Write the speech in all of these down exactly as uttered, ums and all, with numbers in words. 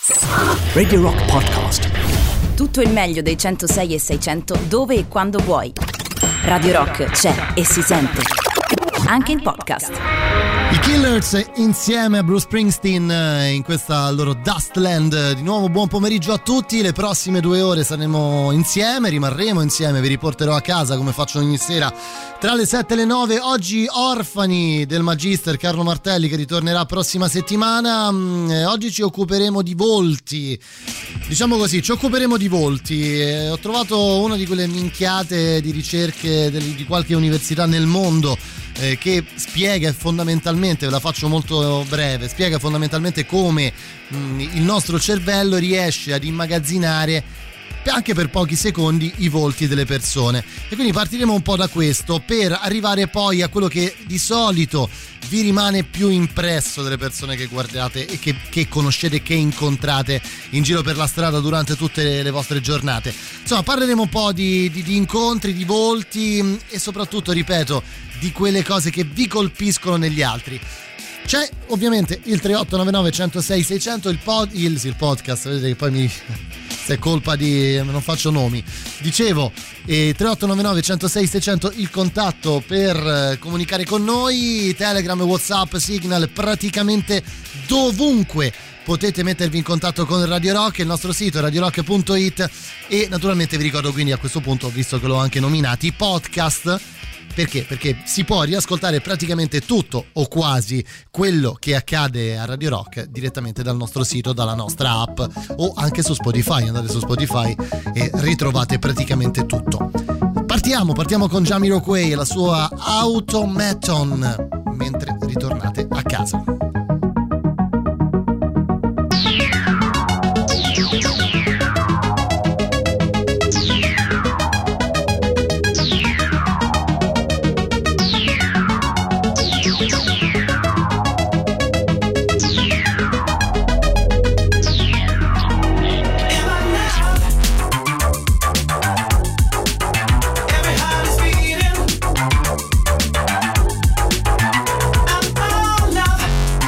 Radio Rock Podcast. Tutto il meglio dei centosei e seicento dove e quando vuoi. Radio Rock c'è e si sente anche in podcast. I Killers insieme a Bruce Springsteen in questa loro Dustland. Di nuovo buon pomeriggio a tutti. Le prossime due ore saremo insieme, rimarremo insieme, vi riporterò a casa come faccio ogni sera tra le sette e le nove. Oggi Orfani del Magister Carlo Martelli, che ritornerà prossima settimana. Oggi ci occuperemo di volti, diciamo così, ci occuperemo di volti. Eh, ho trovato una di quelle minchiate di ricerche di, di qualche università nel mondo eh, che spiega fondamentalmente, ve la faccio molto breve, spiega fondamentalmente come mh, il nostro cervello riesce ad immagazzinare anche per pochi secondi i volti delle persone, e quindi partiremo un po' da questo per arrivare poi a quello che di solito vi rimane più impresso delle persone che guardate e che, che conoscete, che incontrate in giro per la strada durante tutte le, le vostre giornate. Insomma, parleremo un po' di, di, di incontri, di volti e soprattutto, ripeto, di quelle cose che vi colpiscono negli altri. C'è ovviamente il tre otto nove nove uno zero sei sei zero zero, il, pod, il, il podcast, vedete che poi mi... se è colpa di... non faccio nomi. Dicevo, eh, tre otto nove nove uno zero sei sei zero zero il contatto per eh, comunicare con noi, Telegram, WhatsApp, Signal, praticamente dovunque potete mettervi in contatto con Radio Rock, il nostro sito è radio rock punto it, e naturalmente vi ricordo quindi a questo punto, visto che l'ho anche nominati, podcast. Perché? Perché si può riascoltare praticamente tutto o quasi quello che accade a Radio Rock direttamente dal nostro sito, dalla nostra app, o anche su Spotify. Andate su Spotify e ritrovate praticamente tutto. Partiamo, partiamo con Jamiroquai e la sua Automaton mentre ritornate a casa. I'm all love.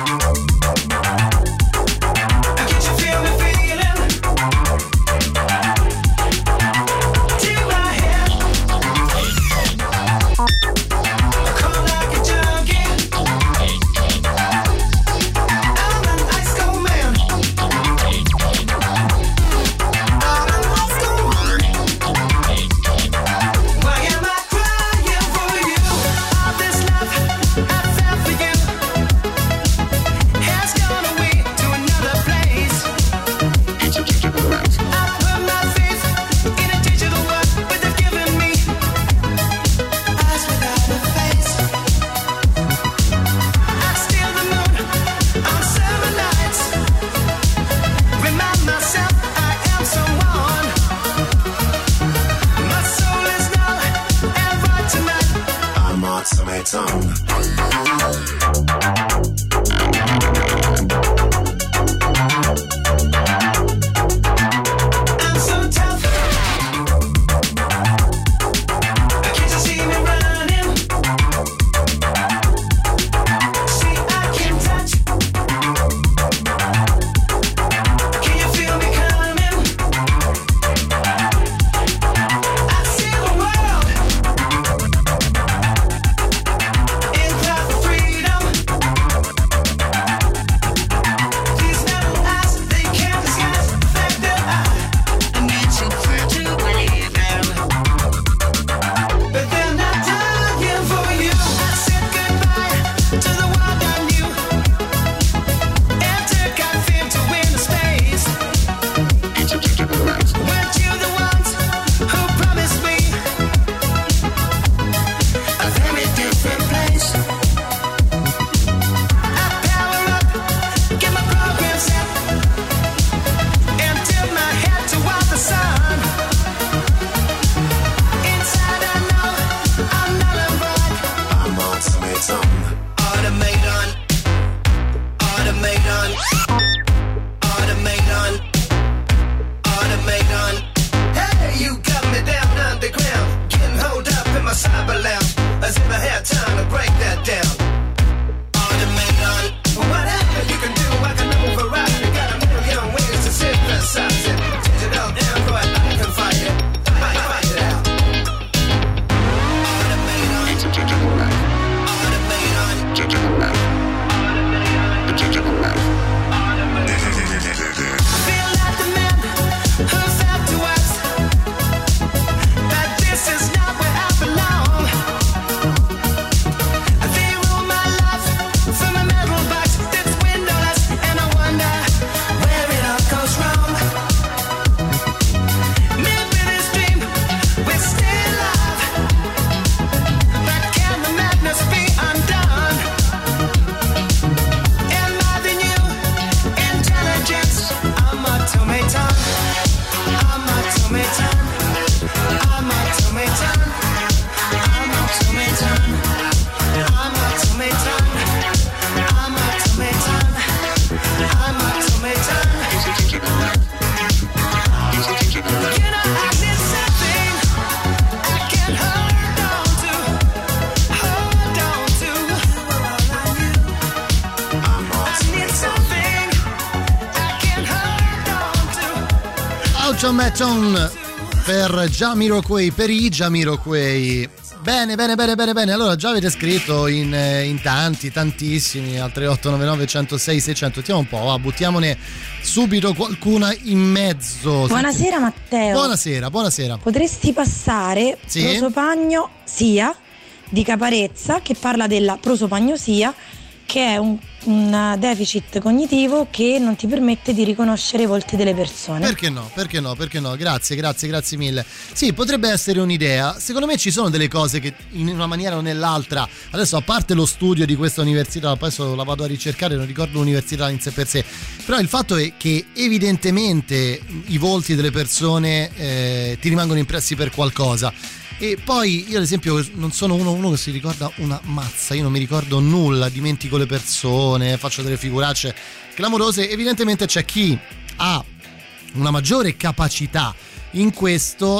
Culture Meton per Jamiroquai, per i Jamiroquai. Bene, bene, bene, bene, bene. Allora già avete scritto in, in tanti, tantissimi al tre otto nove nove uno zero sei sei zero zero. Mettiamo un po', va, buttiamone subito qualcuna in mezzo. Buonasera Matteo. Buonasera, buonasera. Potresti passare sì? prosopagnosia di Caparezza, che parla della prosopagnosia, che è un, un deficit cognitivo che non ti permette di riconoscere i volti delle persone. Perché no? Perché no? Perché no? Grazie, grazie, grazie mille. Sì, potrebbe essere un'idea. Secondo me ci sono delle cose che in una maniera o nell'altra, adesso a parte lo studio di questa università, poi adesso la vado a ricercare, non ricordo l'università in sé per sé, però il fatto è che evidentemente i volti delle persone eh, ti rimangono impressi per qualcosa. E poi io ad esempio non sono uno, uno che si ricorda una mazza, io non mi ricordo nulla, dimentico le persone, faccio delle figuracce clamorose. Evidentemente c'è chi ha una maggiore capacità in questo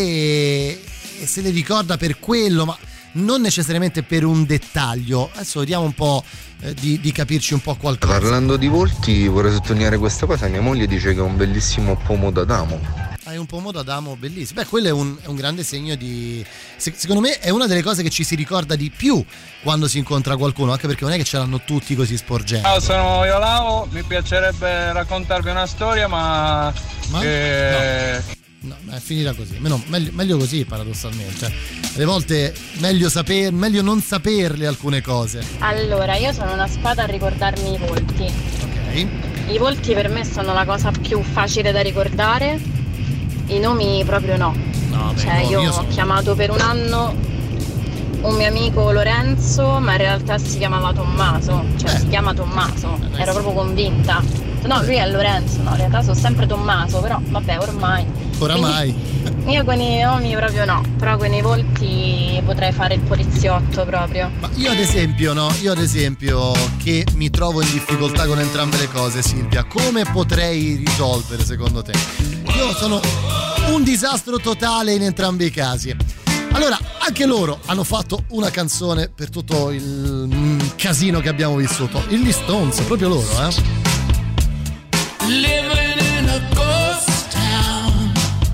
e, e se le ricorda per quello, ma non necessariamente per un dettaglio. Adesso vediamo un po' eh, di, di capirci un po' qualcosa. Parlando di volti vorrei sottolineare questa cosa, mia moglie dice che è un bellissimo pomo d'Adamo. Hai un pomo d'Adamo bellissimo. Beh, quello è un, è un grande segno di... Se, secondo me è una delle cose che ci si ricorda di più quando si incontra qualcuno, anche perché non è che ce l'hanno tutti così sporgenti. Ciao, sono Iolao, mi piacerebbe raccontarvi una storia, ma... Ma? Eh... No. No, è finita così. No, meglio, meglio così paradossalmente. Alle volte meglio saper, meglio non saperle alcune cose. Allora, io sono una spada a ricordarmi i volti. Ok. I volti per me sono la cosa più facile da ricordare. I nomi proprio no, no beh, cioè no, io, io ho sono... chiamato per un anno un mio amico Lorenzo, ma in realtà si chiamava Tommaso, cioè eh. si chiama Tommaso, eh, ero proprio convinta. No, lui è Lorenzo, no, in realtà sono sempre Tommaso, però vabbè, ormai. Oramai. Quindi, io con i nomi proprio no, però con i volti potrei fare il poliziotto proprio. Ma io ad esempio, no, io ad esempio che mi trovo in difficoltà con entrambe le cose, Silvia, come potrei risolvere secondo te? Io sono un disastro totale in entrambi i casi. Allora, anche loro hanno fatto una canzone per tutto il mm, casino che abbiamo vissuto. Gli Stones, proprio loro, eh? Living in a ghost town,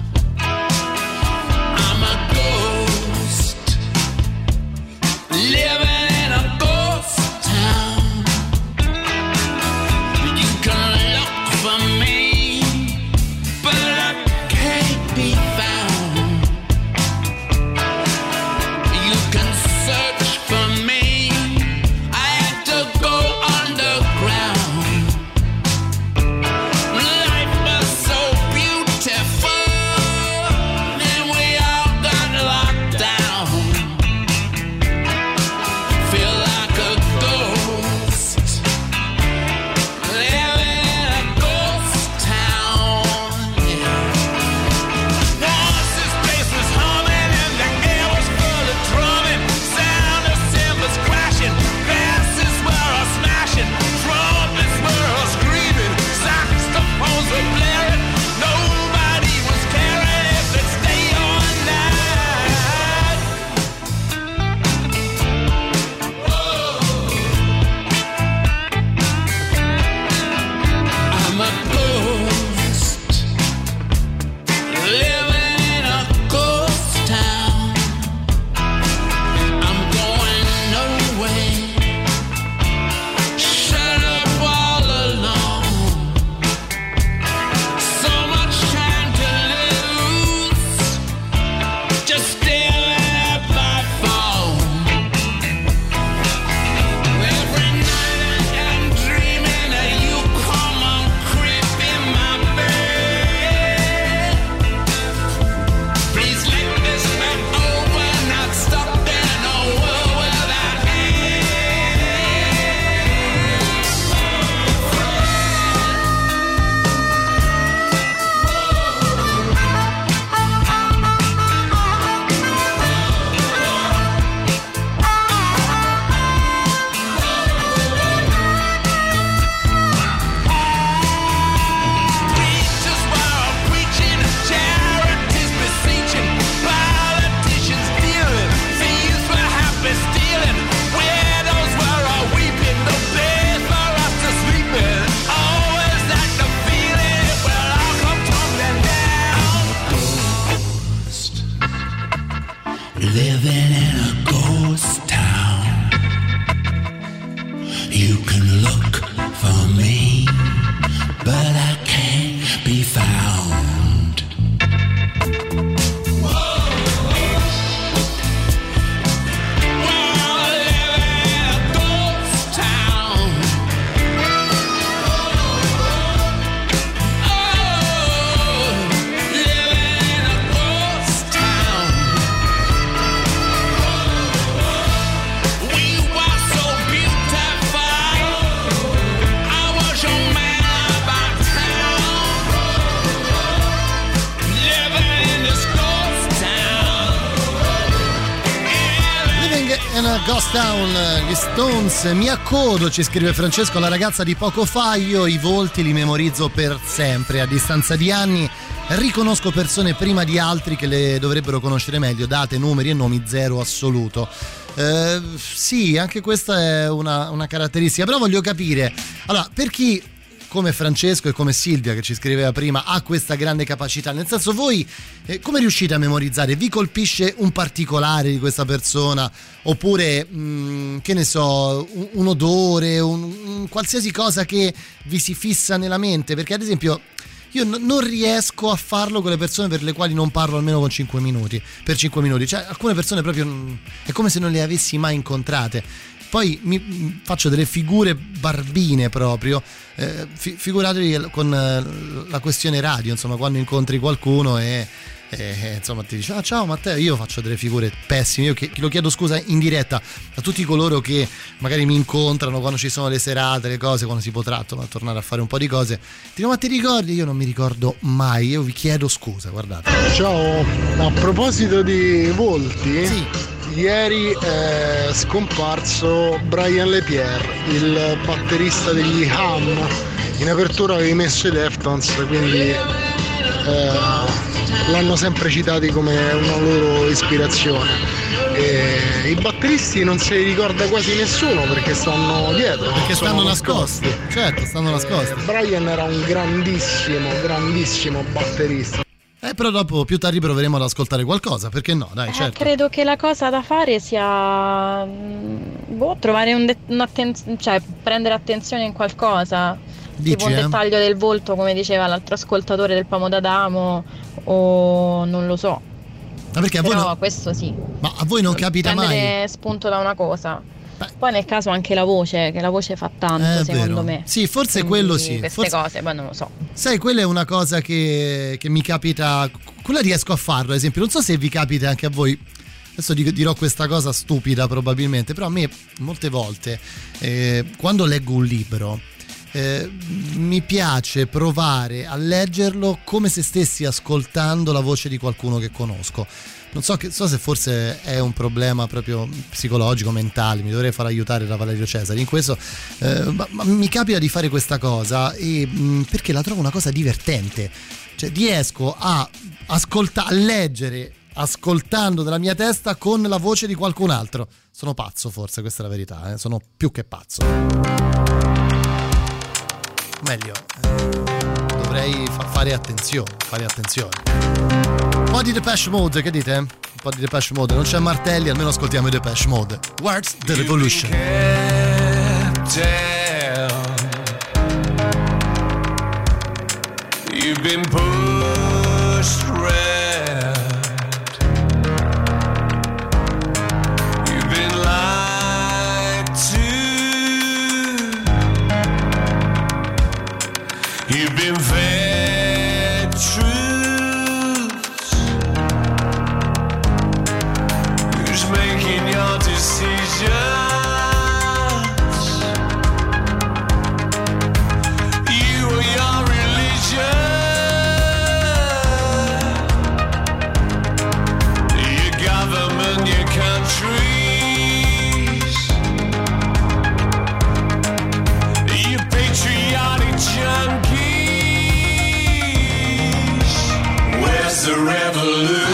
I'm a ghost. Living in a ghost town, you can look for me, but I can't be found. You can search for me, I had to go underground. be found. Ghost Town, gli Stones. Mi accodo, ci scrive Francesco, la ragazza di poco fa. Io i volti li memorizzo per sempre. A distanza di anni riconosco persone prima di altri che le dovrebbero conoscere meglio. Date, numeri e nomi, zero assoluto. Eh, sì, anche questa è una, una caratteristica. Però voglio capire, allora, per chi come Francesco e come Silvia che ci scriveva prima ha questa grande capacità, nel senso, voi eh, come riuscite a memorizzare? Vi colpisce un particolare di questa persona, oppure mh, che ne so, un, un odore, un, un qualsiasi cosa che vi si fissa nella mente? Perché ad esempio io n- non riesco a farlo con le persone per le quali non parlo almeno con cinque minuti, per cinque minuti, cioè alcune persone proprio mh, è come se non le avessi mai incontrate. Poi mi faccio delle figure barbine proprio, eh, fi- figuratevi con eh, la questione radio, insomma, quando incontri qualcuno e, e insomma ti dice ah, ciao Matteo, io faccio delle figure pessime. Io che, lo chiedo scusa in diretta a tutti coloro che magari mi incontrano quando ci sono le serate, le cose, quando si potrà insomma, tornare a fare un po' di cose. Dico, ma ti ricordi? Io non mi ricordo mai, io vi chiedo scusa, guardate. Ciao, a proposito di volti, sì. Ieri è scomparso Brian LePierre, il batterista degli Ham. In apertura avevi messo i Deftones, quindi eh, l'hanno sempre citati come una loro ispirazione. E i batteristi non se li ricorda quasi nessuno perché stanno dietro, perché stanno nascosti. nascosti. Certo, stanno nascosti. Eh, Brian era un grandissimo, grandissimo batterista. Eh, però dopo più tardi proveremo ad ascoltare qualcosa, perché no? Dai, certo. Eh, credo che la cosa da fare sia boh, trovare un, de- un atten- cioè prendere attenzione in qualcosa. Dici, tipo un eh? dettaglio del volto, come diceva l'altro ascoltatore del Pomo d'Adamo, o non lo so. Ma perché a voi Però no? questo sì. Ma a voi non capita prendere mai? spunto da una cosa. Beh. Poi nel caso anche la voce, che la voce fa tanto, È secondo vero. me. Sì, forse Quindi quello sì. Queste Forse... cose, poi non lo so. Sai, quella è una cosa che, che mi capita, quella riesco a farlo, ad esempio, non so se vi capita anche a voi. Adesso dirò questa cosa stupida probabilmente, però a me molte volte eh, quando leggo un libro eh, mi piace provare a leggerlo come se stessi ascoltando la voce di qualcuno che conosco. Non so, che, so se forse è un problema proprio psicologico, mentale, mi dovrei far aiutare da Valerio Cesari in questo, eh, ma, ma mi capita di fare questa cosa e, mh, perché la trovo una cosa divertente, cioè riesco a ascoltare, a leggere ascoltando dalla mia testa con la voce di qualcun altro. Sono pazzo, forse, questa è la verità, eh? Sono più che pazzo. Meglio, eh, dovrei fa- fare attenzione, fare attenzione. Un po' di Depeche Mode, che dite? Un po' di Depeche Mode, non c'è Martelli, almeno ascoltiamo i Depeche Mode. Where's the Revolution? You've been pushed red. You've been lied to. You've been fed truths. Who's making your decisions? You or your religion? Your government, your countries? Your patriotic junkies? Where's the revolution?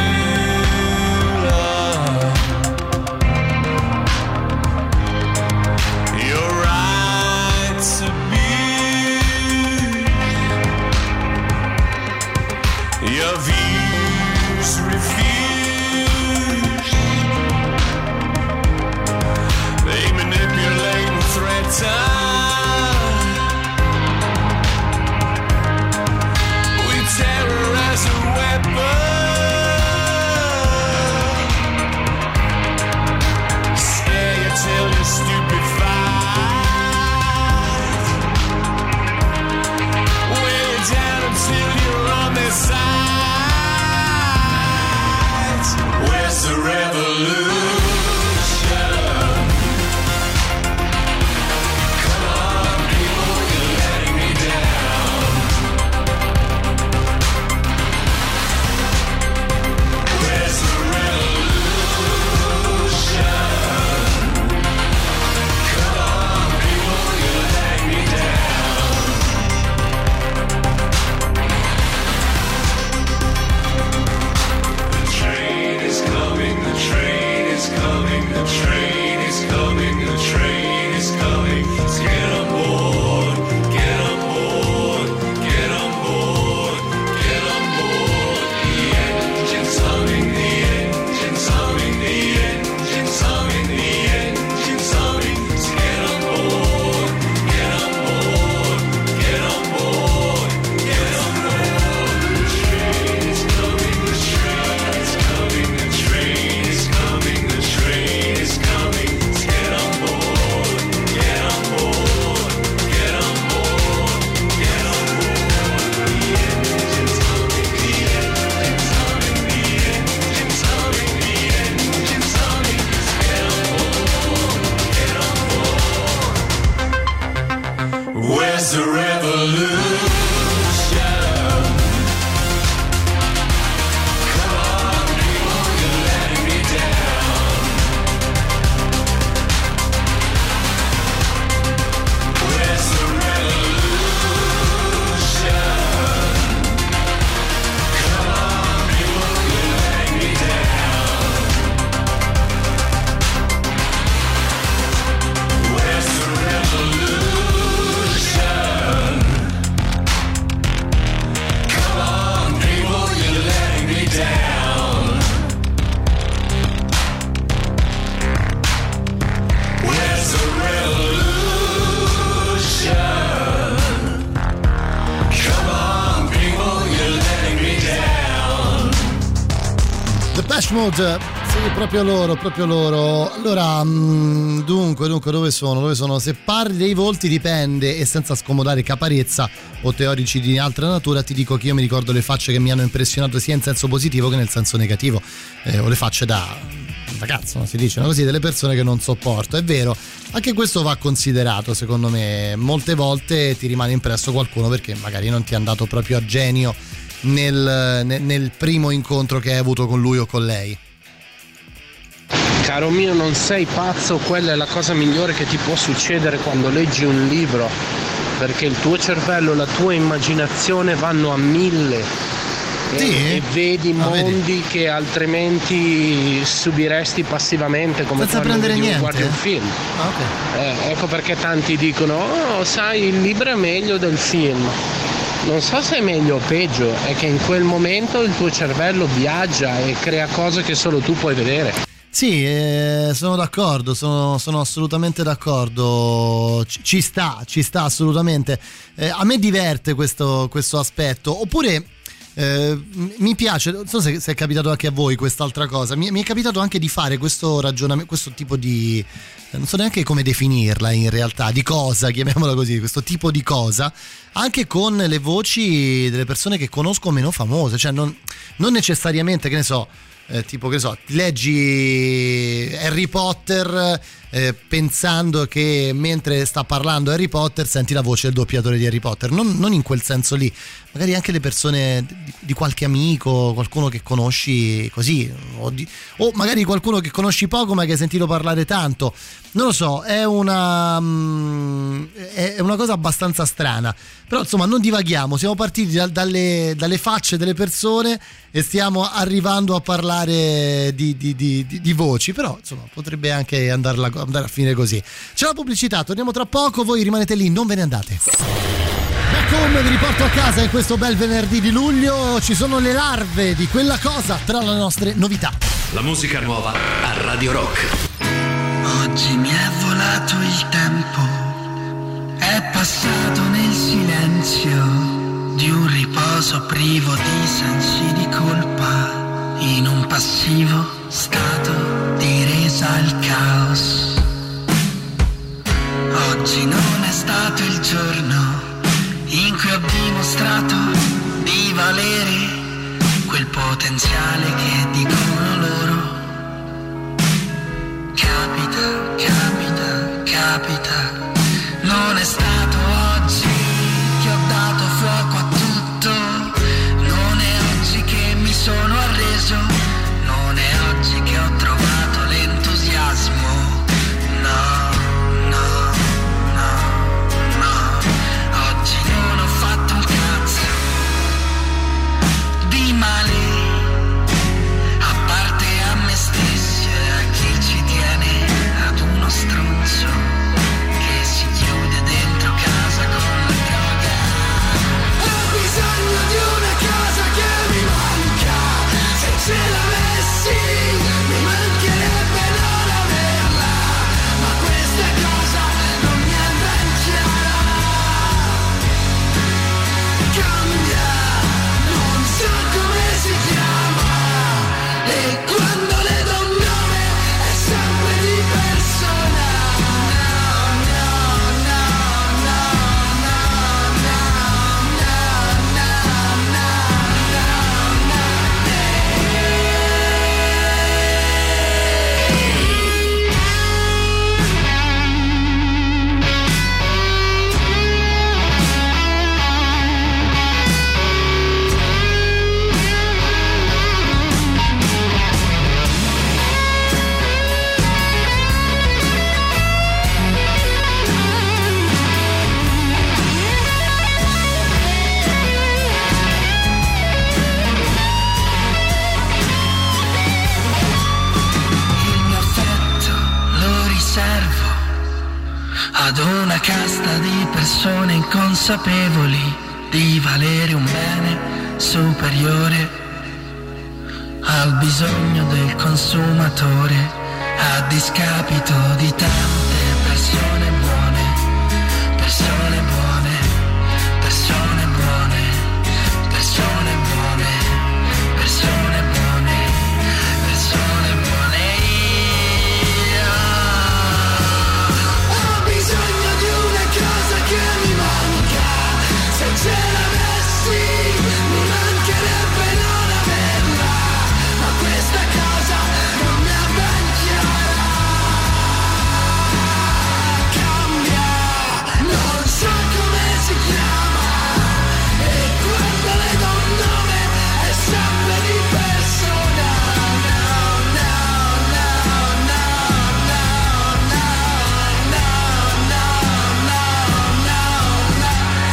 Mode, sì, proprio loro, proprio loro. Allora, mh, dunque, dunque, dove sono? Dove sono? Se parli dei volti dipende, e senza scomodare caparezza o teorici di altra natura, ti dico che io mi ricordo le facce che mi hanno impressionato sia in senso positivo che nel senso negativo, eh, o le facce da ragazzo, no? Si dicono così, delle persone che non sopporto. È vero, anche questo va considerato, secondo me. Molte volte ti rimane impresso qualcuno perché magari non ti è andato proprio a genio Nel, nel primo incontro che hai avuto con lui o con lei. Caro mio, non sei pazzo, quella è la cosa migliore che ti può succedere quando leggi un libro, perché il tuo cervello, la tua immaginazione vanno a mille. Sì? E, e vedi ah, mondi vedi. che altrimenti subiresti passivamente, come senza quando vedi niente. guardi un film. Ah, okay. eh, ecco perché tanti dicono: oh, sai, il libro è meglio del film. Non so se è meglio o peggio, è che in quel momento il tuo cervello viaggia e crea cose che solo tu puoi vedere. Sì, eh, sono d'accordo, sono, sono assolutamente d'accordo, ci, ci sta, ci sta assolutamente. Eh, a me diverte questo, questo aspetto, oppure eh, mi piace, non so se, se è capitato anche a voi quest'altra cosa, mi, mi è capitato anche di fare questo ragionamento, questo tipo di, non so neanche come definirla in realtà, di cosa, chiamiamola così, questo tipo di cosa, anche con le voci delle persone che conosco meno famose, cioè non, non necessariamente, che ne so, eh, tipo che so, leggi Harry Potter eh, pensando che mentre sta parlando Harry Potter senti la voce del doppiatore di Harry Potter, non, non in quel senso lì, magari anche le persone di, di qualche amico, qualcuno che conosci così, o, di, o magari qualcuno che conosci poco ma che hai sentito parlare tanto, non lo so, è una um, è una cosa abbastanza strana, però insomma non divaghiamo, siamo partiti da, dalle, dalle facce delle persone e stiamo arrivando a parlare di, di, di, di, di voci, però insomma potrebbe anche andarla, andare a finire così. C'è la pubblicità, torniamo tra poco, voi rimanete lì, non ve ne andate. Back home, vi riporto a casa in questo bel venerdì di luglio, ci sono le larve di quella cosa tra le nostre novità. La musica nuova a Radio Rock. Oggi mi è volato il tempo, è passato nel silenzio di un riposo privo di sensi di colpa, in un passivo stato di resa al caos. Oggi non è stato il giorno in cui ho dimostrato di valere quel potenziale che dicono loro. Capita, capita, capita, non è stato oggi che ho dato fuoco a tutto, non è oggi che mi sono arreso, non è oggi che ho trovato l'entusiasmo, no, no, no, no, oggi non ho fatto un cazzo di male, a parte a me stesso e a chi ci tiene ad uno stronzo che si chiude dentro casa con la droga. Ho bisogno di una cosa che mi manca, se ce l'avessi mi mancherebbe non averla, ma questa cosa non mi è ben chiara. Cambia, non so come si chiama, e quando le do un nome è sempre di persona. Ad una casta di persone inconsapevoli di valere un bene superiore al bisogno del consumatore, a discapito di tante persone buone, persone buone, persone buone, persone buone, persone buone, persone buone. Se l'avessi mi mancherebbe non averla, ma questa cosa non mi è ben chiara. Cambia, non so come si chiama, e quando le do un nome è sempre di persona. No, no, no, no, no, no, no, no, no, no.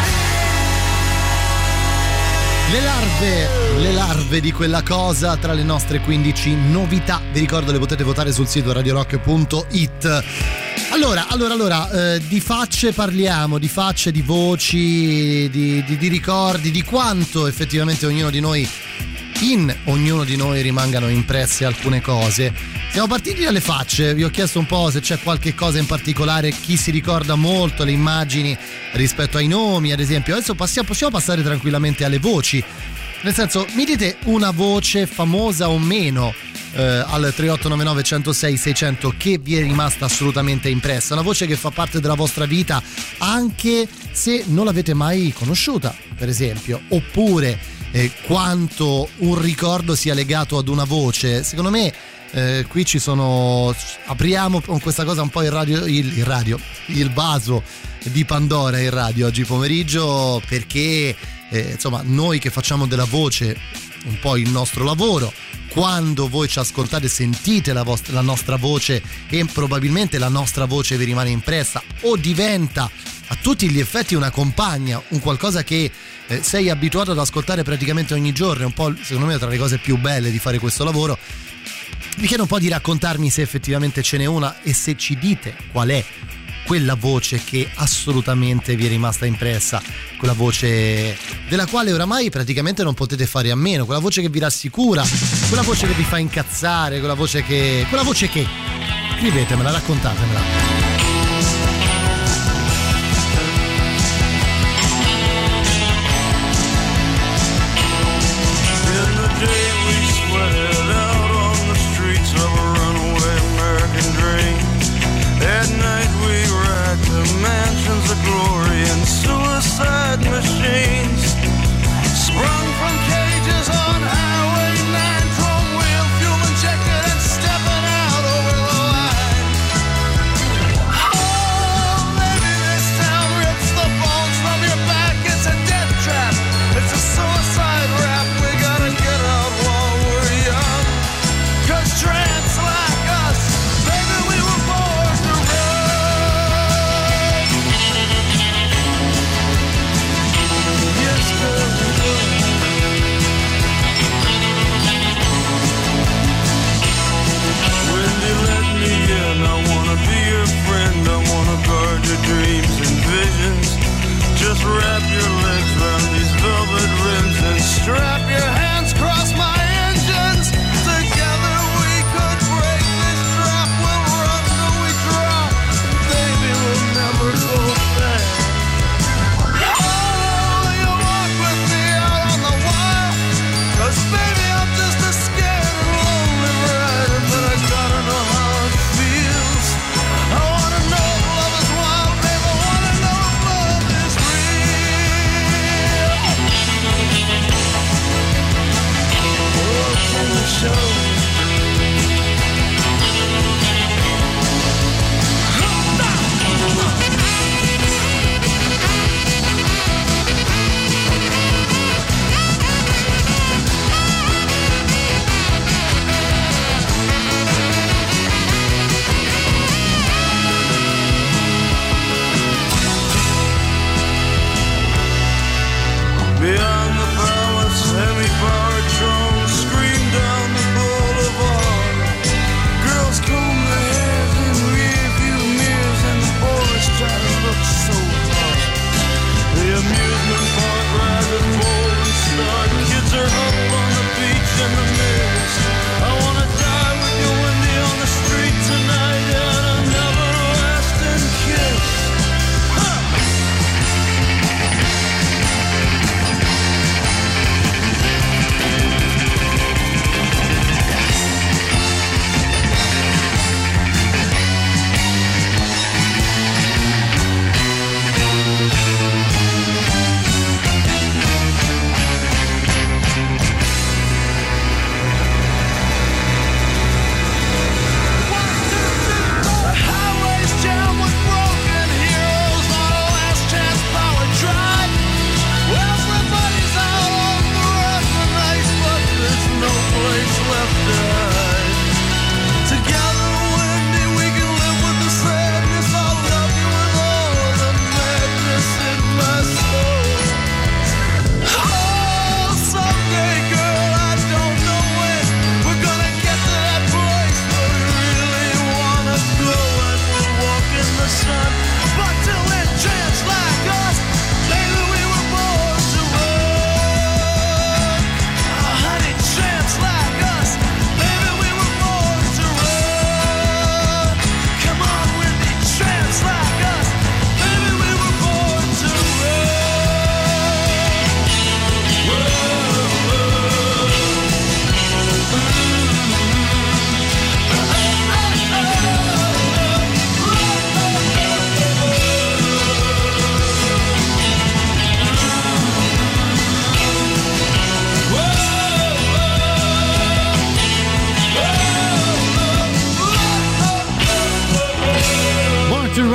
Le larve, le larve di quella cosa tra le nostre quindici novità. Vi ricordo, le potete votare sul sito radio rock punto it. Allora, allora, allora, eh, di facce parliamo, di facce, di voci, di, di, di ricordi, di quanto effettivamente ognuno di noi, in ognuno di noi rimangano impresse alcune cose. Siamo partiti dalle facce, vi ho chiesto un po' se c'è qualche cosa in particolare, chi si ricorda molto le immagini rispetto ai nomi, ad esempio. Adesso passiamo, possiamo passare tranquillamente alle voci, nel senso, mi dite una voce famosa o meno eh, al tre otto nove nove uno zero sei sei zero zero che vi è rimasta assolutamente impressa, una voce che fa parte della vostra vita anche se non l'avete mai conosciuta, per esempio, oppure eh, quanto un ricordo sia legato ad una voce. Secondo me eh, qui ci sono, apriamo con questa cosa un po' il radio, il, il radio, il vaso di Pandora in radio oggi pomeriggio, perché eh, insomma noi che facciamo della voce un po' il nostro lavoro, quando voi ci ascoltate sentite la, vostra, la nostra voce e probabilmente la nostra voce vi rimane impressa o diventa a tutti gli effetti una compagna, un qualcosa che eh, sei abituato ad ascoltare praticamente ogni giorno. È un po', secondo me, tra le cose più belle di fare questo lavoro. Vi chiedo un po' di raccontarmi se effettivamente ce n'è una e se ci dite qual è quella voce che assolutamente vi è rimasta impressa, quella voce della quale oramai praticamente non potete fare a meno, quella voce che vi rassicura, quella voce che vi fa incazzare, quella voce che quella voce che scrivetemela, raccontatemela. At night we ride to mansions of glory and suicide machines, sprung from cages on Highway nine, chrome wheel, fuel injected and stepping out over the line.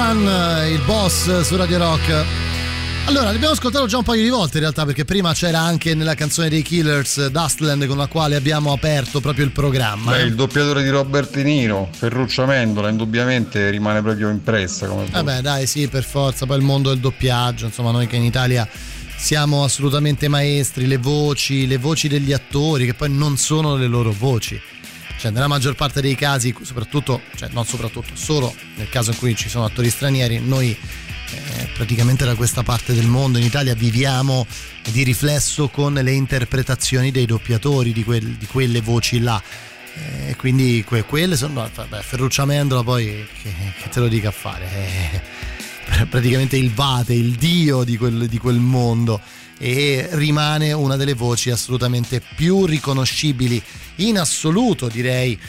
One, il boss su Radio Rock. Allora, l'abbiamo ascoltato già un paio di volte in realtà, perché prima c'era anche nella canzone dei Killers Dustland, con la quale abbiamo aperto proprio il programma. Beh, eh. il doppiatore di Robert De Niro, Ferruccio Amendola, indubbiamente rimane proprio impressa come voce. Vabbè, dai, sì, per forza, poi il mondo del doppiaggio, insomma, noi che in Italia siamo assolutamente maestri, le voci, le voci degli attori, che poi non sono le loro voci. Cioè, nella maggior parte dei casi, soprattutto, cioè non soprattutto, solo nel caso in cui ci sono attori stranieri, noi eh, praticamente da questa parte del mondo in Italia viviamo di riflesso con le interpretazioni dei doppiatori di, quel, di quelle voci là. E eh, quindi que, quelle sono, vabbè, Ferruccio Amendola poi che, che te lo dica a fare, eh, praticamente il vate, il dio di quel, di quel mondo, e rimane una delle voci assolutamente più riconoscibili in assoluto, direi,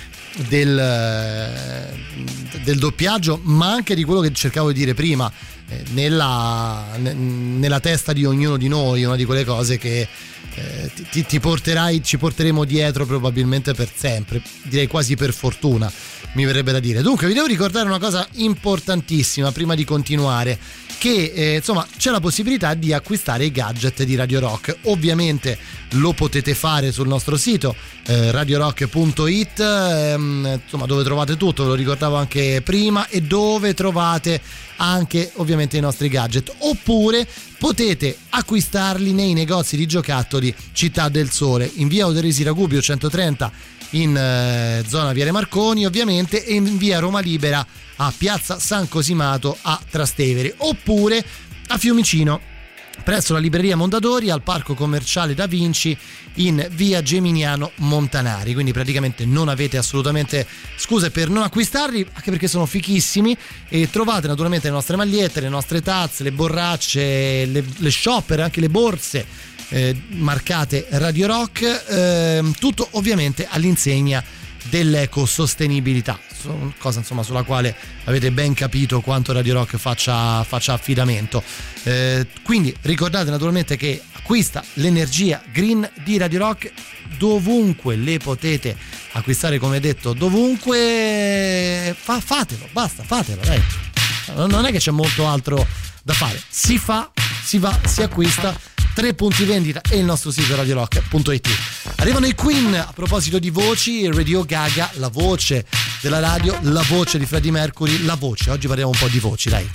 del, del doppiaggio, ma anche di quello che cercavo di dire prima, eh, nella, nella testa di ognuno di noi, una di quelle cose che eh, ti, ti porterai, ci porteremo dietro probabilmente per sempre, direi quasi per fortuna, mi verrebbe da dire. Dunque vi devo ricordare una cosa importantissima prima di continuare, che eh, insomma c'è la possibilità di acquistare i gadget di Radio Rock. Ovviamente lo potete fare sul nostro sito eh, radio rock punto it, ehm, insomma, dove trovate tutto, ve lo ricordavo anche prima, e dove trovate anche ovviamente i nostri gadget, oppure potete acquistarli nei negozi di giocattoli Città del Sole, in via Oderisi Ragubio centotrenta in eh, zona Viale Marconi ovviamente, e in via Roma Libera a piazza San Cosimato a Trastevere, oppure a Fiumicino presso la libreria Mondadori al parco commerciale Da Vinci in via Geminiano Montanari. Quindi praticamente non avete assolutamente scuse per non acquistarli, anche perché sono fichissimi, e trovate naturalmente le nostre magliette, le nostre tazze, le borracce, le, le shopper, anche le borse eh, marcate Radio Rock, eh, tutto ovviamente all'insegna dell'ecosostenibilità, cosa insomma sulla quale avete ben capito quanto Radio Rock faccia, faccia affidamento. Eh, quindi ricordate naturalmente che acquista l'energia green di Radio Rock dovunque, le potete acquistare come detto dovunque. Fa, fatelo, basta, fatelo, dai. Non è che c'è molto altro da fare, si fa, si va, si acquista. Tre punti vendita e il nostro sito radio rock punto it. Arrivano i Queen, a proposito di voci, Radio Gaga, la voce della radio, la voce di Freddie Mercury, la voce. Oggi parliamo un po' di voci, dai.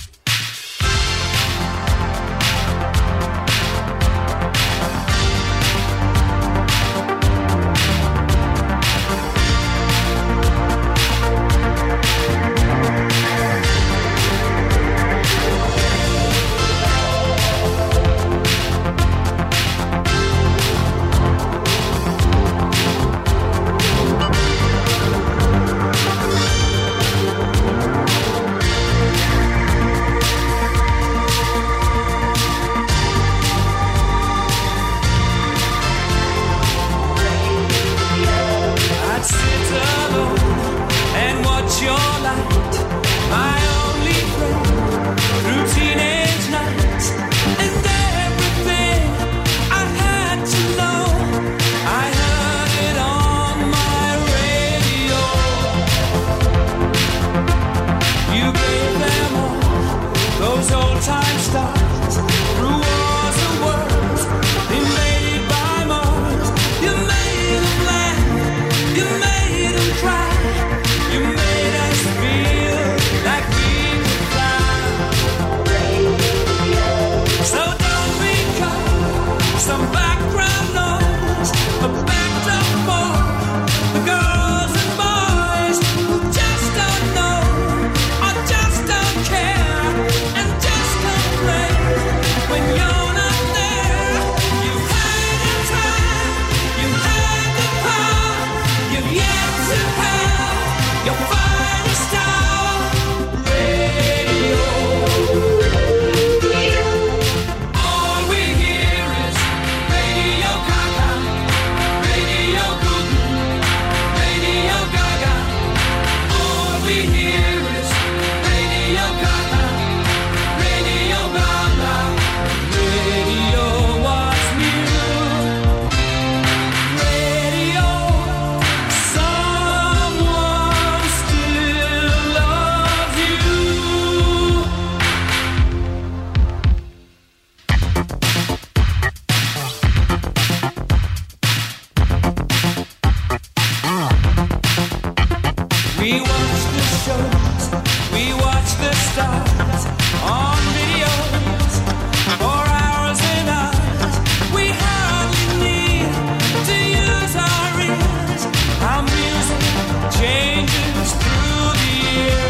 We watch the shows, we watch the stars on videos for hours and hours. We hardly need to use our ears. Our music changes through the year.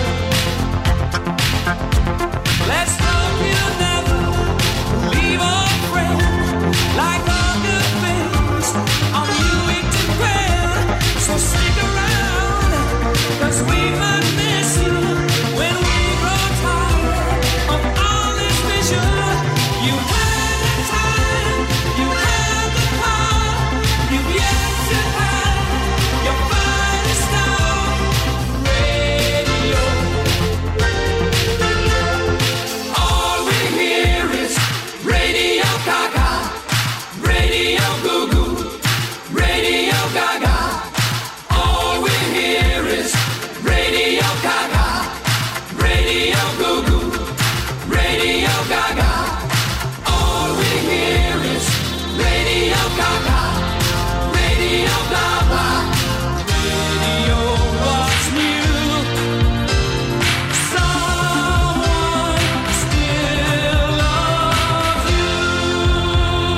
Let's hope you never leave our friend like all good things on Buick to Grand. So stick around, 'cause we might miss you when we grow tired of all this vision. You had the time, you had the power, you've yet to have your finest hour. Radio. All we hear is Radio Gaga, Radio Goo Goo, Radio Gaga. All we hear is Radio Gaga, Radio Goo Goo, Radio Gaga. All we hear is Radio Gaga, Radio Gaga. Radio was new. Someone still loves you.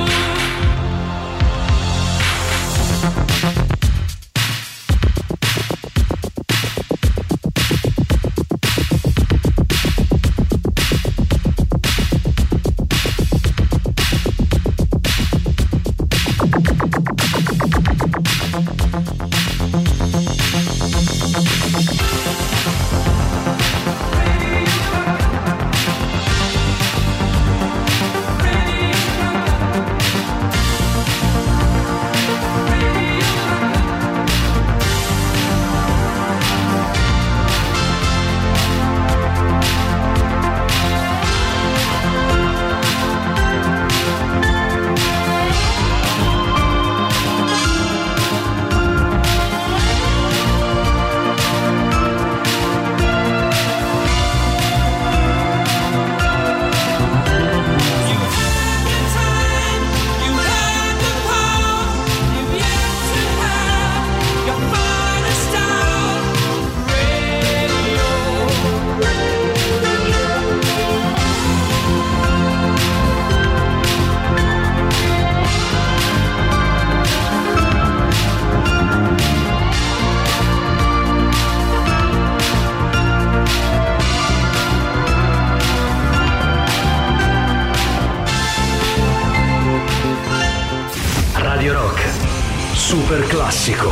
Radio Rock, super classico.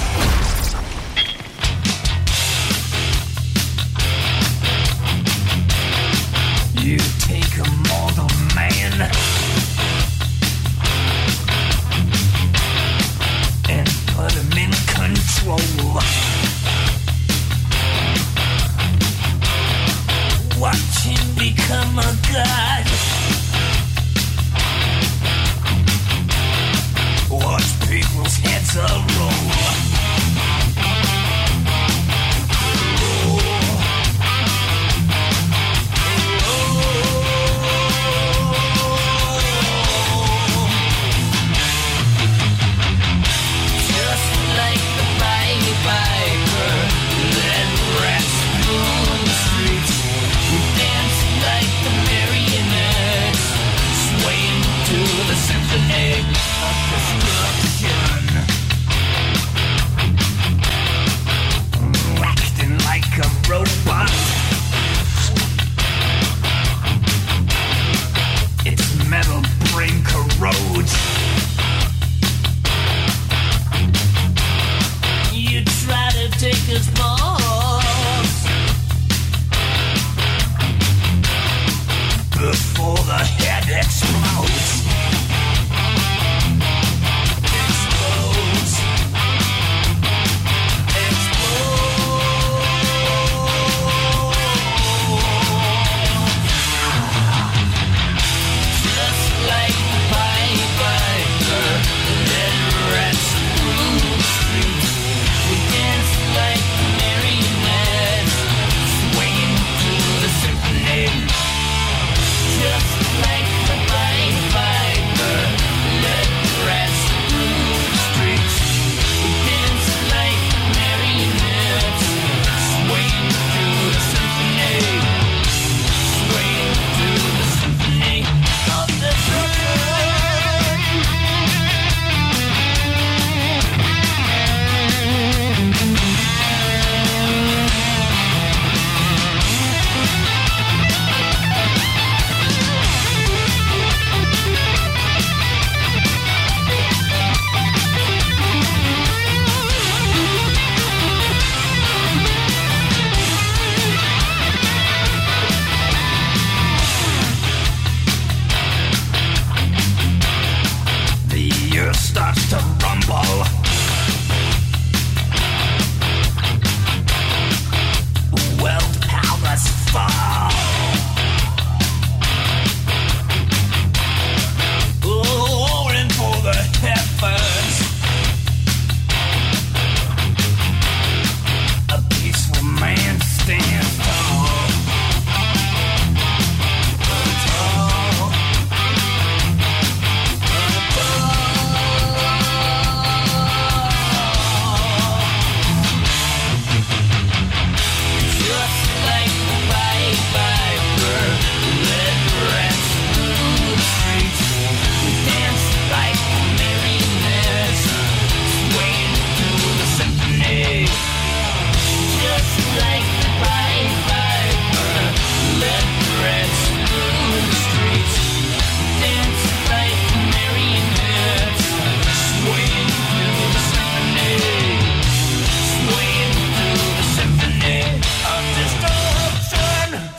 You take a mortal man and put him in control. Watch him become a god. Watch people's heads a roll.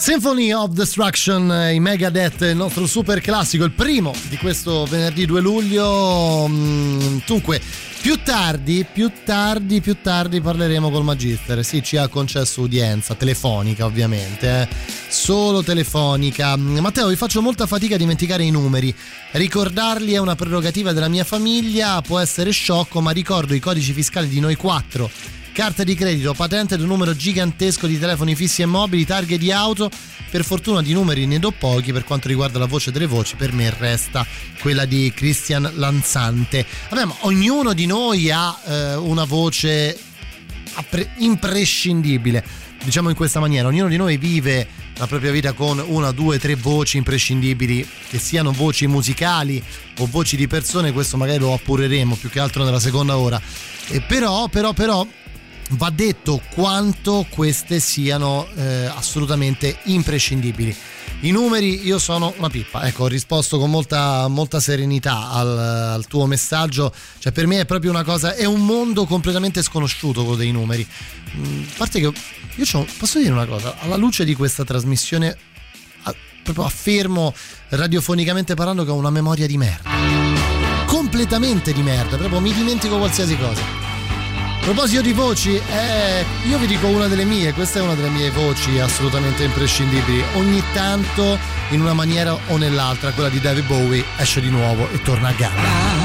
Symphony of Destruction, i Megadeth, il nostro super classico, il primo di questo venerdì due luglio. Dunque, più tardi, più tardi, più tardi parleremo col Magister. Sì, ci ha concesso udienza telefonica, ovviamente, eh. Solo telefonica. Matteo, vi faccio molta fatica a dimenticare i numeri. Ricordarli è una prerogativa della mia famiglia, può essere sciocco, ma ricordo i codici fiscali di noi quattro. Carta di credito, patente ed un numero gigantesco di telefoni fissi e mobili, targhe di auto. Per fortuna di numeri ne do pochi. Per quanto riguarda la voce delle voci, per me resta quella di Christian Lanzante. Vabbè, ma ognuno di noi ha eh, una voce imprescindibile, diciamo in questa maniera. Ognuno di noi vive la propria vita con una, due, tre voci imprescindibili, che siano voci musicali o voci di persone. Questo magari lo appureremo più che altro nella seconda ora. E però, però, però va detto quanto queste siano eh, assolutamente imprescindibili. I numeri, io sono una pippa, ecco, ho risposto con molta, molta serenità al, al tuo messaggio. Cioè, per me è proprio una cosa, è un mondo completamente sconosciuto quello dei numeri. A parte che io c'ho, posso dire una cosa, alla luce di questa trasmissione a, proprio affermo radiofonicamente parlando che ho una memoria di merda, completamente di merda, proprio mi dimentico qualsiasi cosa. A proposito di voci, eh, io vi dico una delle mie, questa è una delle mie voci assolutamente imprescindibili. Ogni tanto, in una maniera o nell'altra, quella di David Bowie esce di nuovo e torna a galla.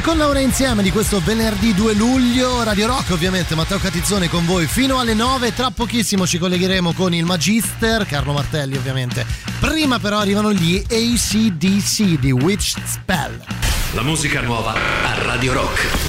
Seconda ora insieme di questo venerdì due luglio, Radio Rock ovviamente, Matteo Catizzone con voi fino alle nove. Tra pochissimo ci collegheremo con il Magister, Carlo Martelli ovviamente. Prima però arrivano gli A C D C di Witch Spell. La musica nuova a Radio Rock.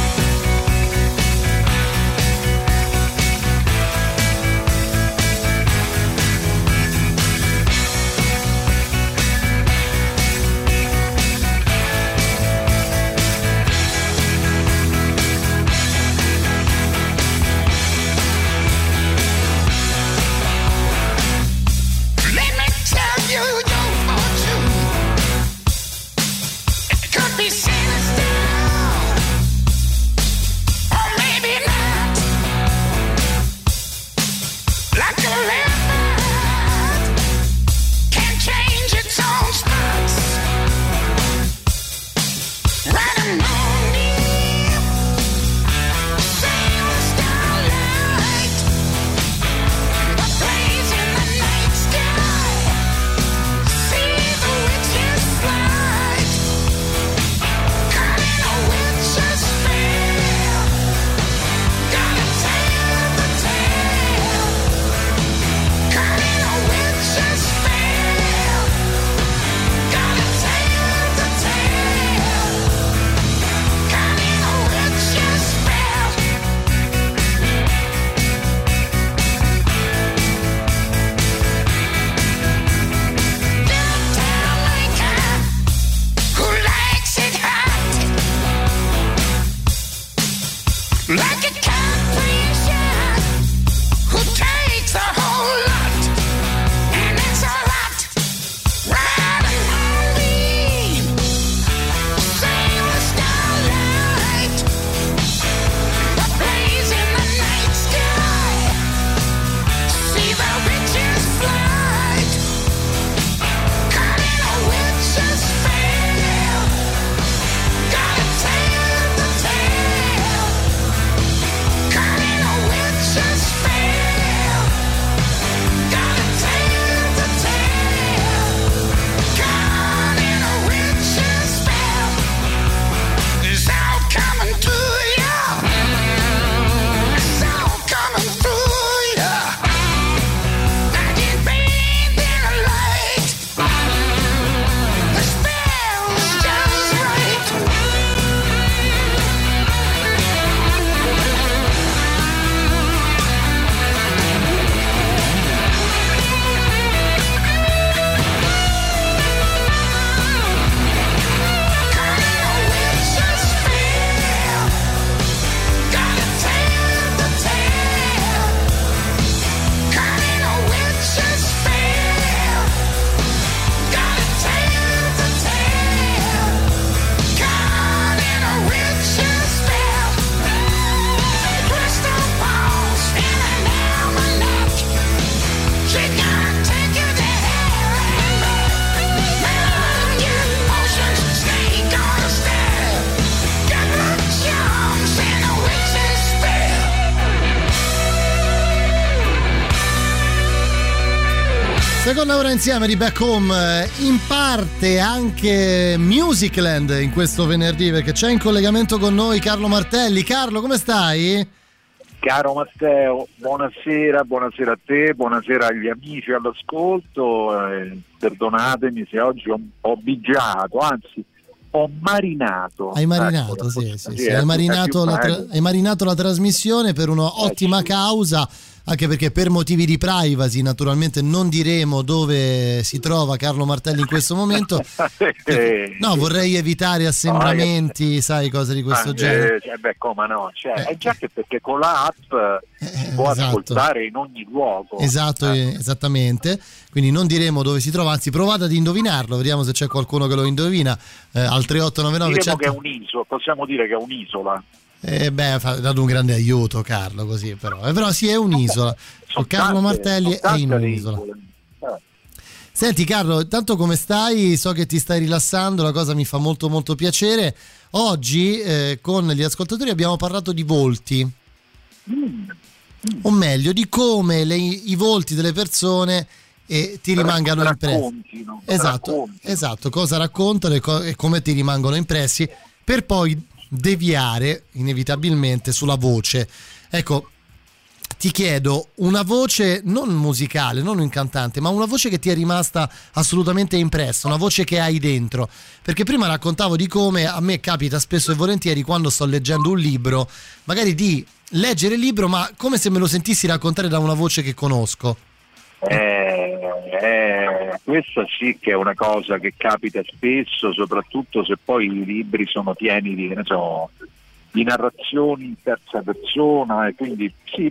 Be sinister. Seconda ora insieme di Back Home, in parte anche Musicland in questo venerdì, perché c'è in collegamento con noi Carlo Martelli. Carlo, come stai? Caro Matteo, buonasera, buonasera a te, buonasera agli amici all'ascolto, eh, perdonatemi se oggi ho, ho bigiato, anzi ho marinato. Hai marinato, ecco, sì, sì, sì, sì. Hai, marinato la tra- hai marinato la trasmissione per un'ottima eh, causa, anche perché per motivi di privacy naturalmente non diremo dove si trova Carlo Martelli in questo momento. No, vorrei evitare assembramenti, no, sai, cose di questo eh, genere. Eh, beh, come no? Cioè, eh, è già che perché con la app eh, si può esatto. ascoltare in ogni luogo. Esatto, eh. esattamente. Quindi non diremo dove si trova, anzi provate ad indovinarlo, vediamo se c'è qualcuno che lo indovina. Eh, al tre otto nove nove Diremo cento... che è un'isola, possiamo dire che è un'isola. Eh beh, ha dato un grande aiuto Carlo, così però. Eh, però sì, è un'isola. Sono Carlo tante, Martelli è in un'isola. Eh. Senti Carlo, tanto come stai? So che ti stai rilassando, la cosa mi fa molto molto piacere. Oggi eh, con gli ascoltatori abbiamo parlato di volti. Mm. O meglio, di come le, i volti delle persone e ti rimangano impressi. Esatto, esatto, cosa raccontano e, co- e come ti rimangono impressi. per poi deviare inevitabilmente sulla voce. Ecco, ti chiedo una voce non musicale, non un cantante, ma una voce che ti è rimasta assolutamente impressa, una voce che hai dentro, perché prima raccontavo di come a me capita spesso e volentieri quando sto leggendo un libro, magari di leggere il libro ma come se me lo sentissi raccontare da una voce che conosco. Eh, eh, questa sì che è una cosa che capita spesso, soprattutto se poi i libri sono pieni di, ne so, di narrazioni in terza persona, e quindi sì,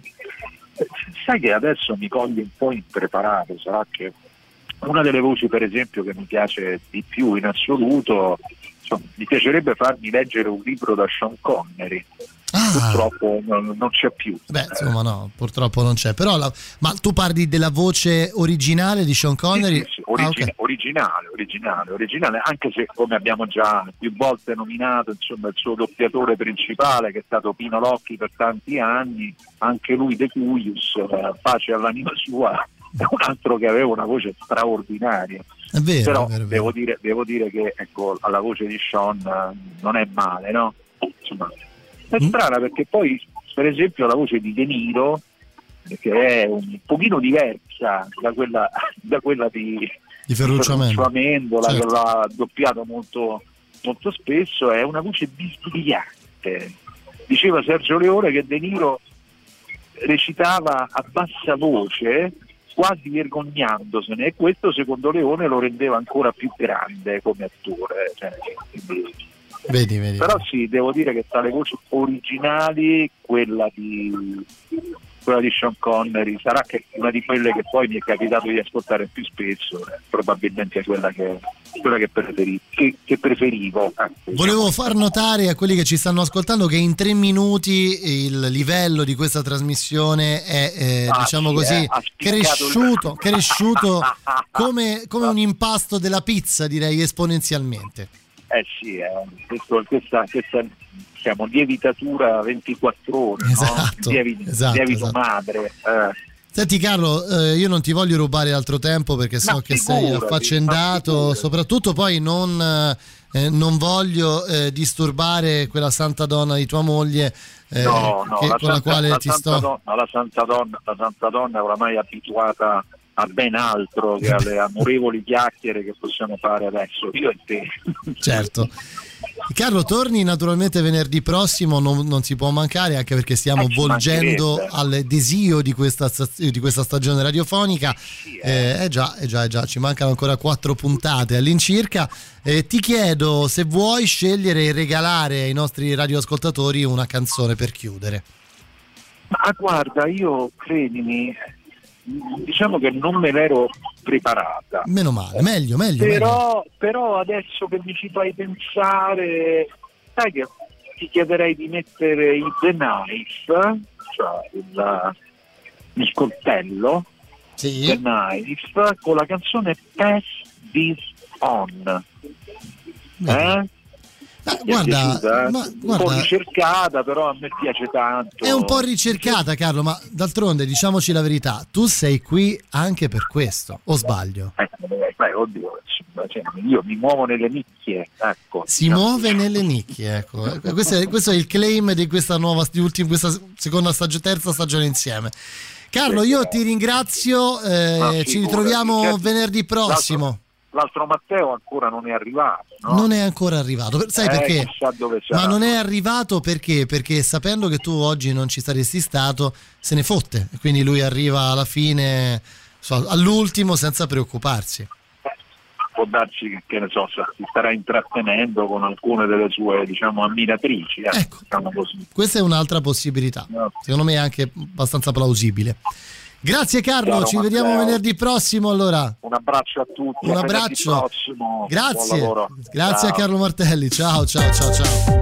sai che adesso mi coglie un po' impreparato. Sarà che una delle voci per esempio che mi piace di più in assoluto, insomma, mi piacerebbe farmi leggere un libro da Sean Connery. Ah. Purtroppo non, non c'è più. Beh, insomma, no, purtroppo non c'è. Però la, ma tu parli della voce originale di Sean Connery? Sì, sì, sì. Origi- ah, okay. originale, originale, originale, anche se, come abbiamo già più volte nominato, insomma, il suo doppiatore principale, che è stato Pino Locchi per tanti anni, anche lui De Cuius, eh, pace all'anima sua, è un altro che aveva una voce straordinaria. È vero, però è vero, è vero. Devo dire, devo dire che ecco, alla voce di Sean eh, non è male, no? Insomma, è strana perché poi per esempio la voce di De Niro, che è un pochino diversa da quella, da quella di, di Ferruccio Amendola, certo. Che l'ha doppiato molto, molto spesso, è una voce bisbigliante. Diceva Sergio Leone che De Niro recitava a bassa voce, quasi vergognandosene, e questo secondo Leone lo rendeva ancora più grande come attore, cioè, quindi, Vedi, vedi. però sì, devo dire che tra le voci originali quella di quella di Sean Connery sarà che una di quelle che poi mi è capitato di ascoltare più spesso, eh, probabilmente quella che quella che, preferi, che, che preferivo. Eh, Volevo far notare a quelli che ci stanno ascoltando che in tre minuti il livello di questa trasmissione è eh, ah, diciamo sì, così eh, cresciuto, cresciuto come, come un impasto della pizza, direi esponenzialmente. Eh sì, eh, questo, questa, questa diciamo lievitatura ventiquattro ore, esatto, no? Lievi, esatto, lievito esatto. madre. Eh. Senti Carlo, eh, io non ti voglio rubare altro tempo perché so ma che sei affaccendato, soprattutto poi non, eh, non voglio eh, disturbare quella santa donna di tua moglie eh, no, no, che, la con santa, la quale la ti santa sto... Donna, la santa donna, la santa donna è oramai abituata a ben altro che alle amorevoli chiacchiere che possiamo fare adesso io e te. Certo. Carlo, torni naturalmente venerdì prossimo, non, non si può mancare, anche perché stiamo eh, volgendo al desio di questa, di questa stagione radiofonica. Sì, eh. Eh, eh già, eh già, eh già, ci mancano ancora quattro puntate all'incirca. Eh, ti chiedo se vuoi scegliere e regalare ai nostri radioascoltatori una canzone per chiudere. Ma guarda, io credimi, diciamo che non me l'ero preparata. Meno male, meglio, meglio. Però, meglio. però adesso che mi ci fai pensare, sai che ti chiederei di mettere il The Knife, cioè il, il coltello, sì. The Knife, con la canzone Pass This On. Eh? Ma guarda, piaciuta, ma, un guarda, po' ricercata, però a me piace tanto. È un po' ricercata, Carlo, ma d'altronde diciamoci la verità, tu sei qui anche per questo, o sbaglio? Eh, beh, oddio, cioè, io mi muovo nelle nicchie, ecco. Si muove nelle nicchie, ecco. Questo è, questo è il claim di questa nuova, di ultima, questa seconda stagione, terza stagione insieme. Carlo, io ti ringrazio, eh, ah, ci ritroviamo certo. venerdì prossimo. L'altro, l'altro Matteo ancora non è arrivato, no? Non è ancora arrivato, sai eh, perché? Chissà dove sarà. Ma non è arrivato perché? Perché sapendo che tu oggi non ci saresti stato, se ne fotte, quindi lui arriva alla fine, so, all'ultimo, senza preoccuparsi. Eh, può darsi che, che ne so, si starà intrattenendo con alcune delle sue, diciamo, ammiratrici, eh, ecco, diciamo così. Questa è un'altra possibilità, no. Secondo me è anche abbastanza plausibile. Grazie Carlo, Ciao, ci Matteo. Vediamo venerdì prossimo allora. Un abbraccio a tutti. Un abbraccio. Prossimo. Grazie. Grazie ciao. A Carlo Martelli. Ciao ciao ciao ciao.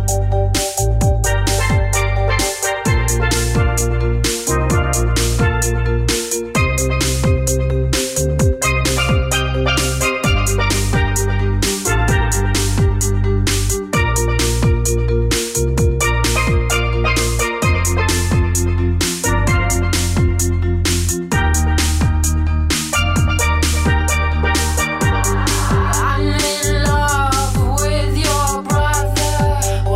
I'm in love with your brother.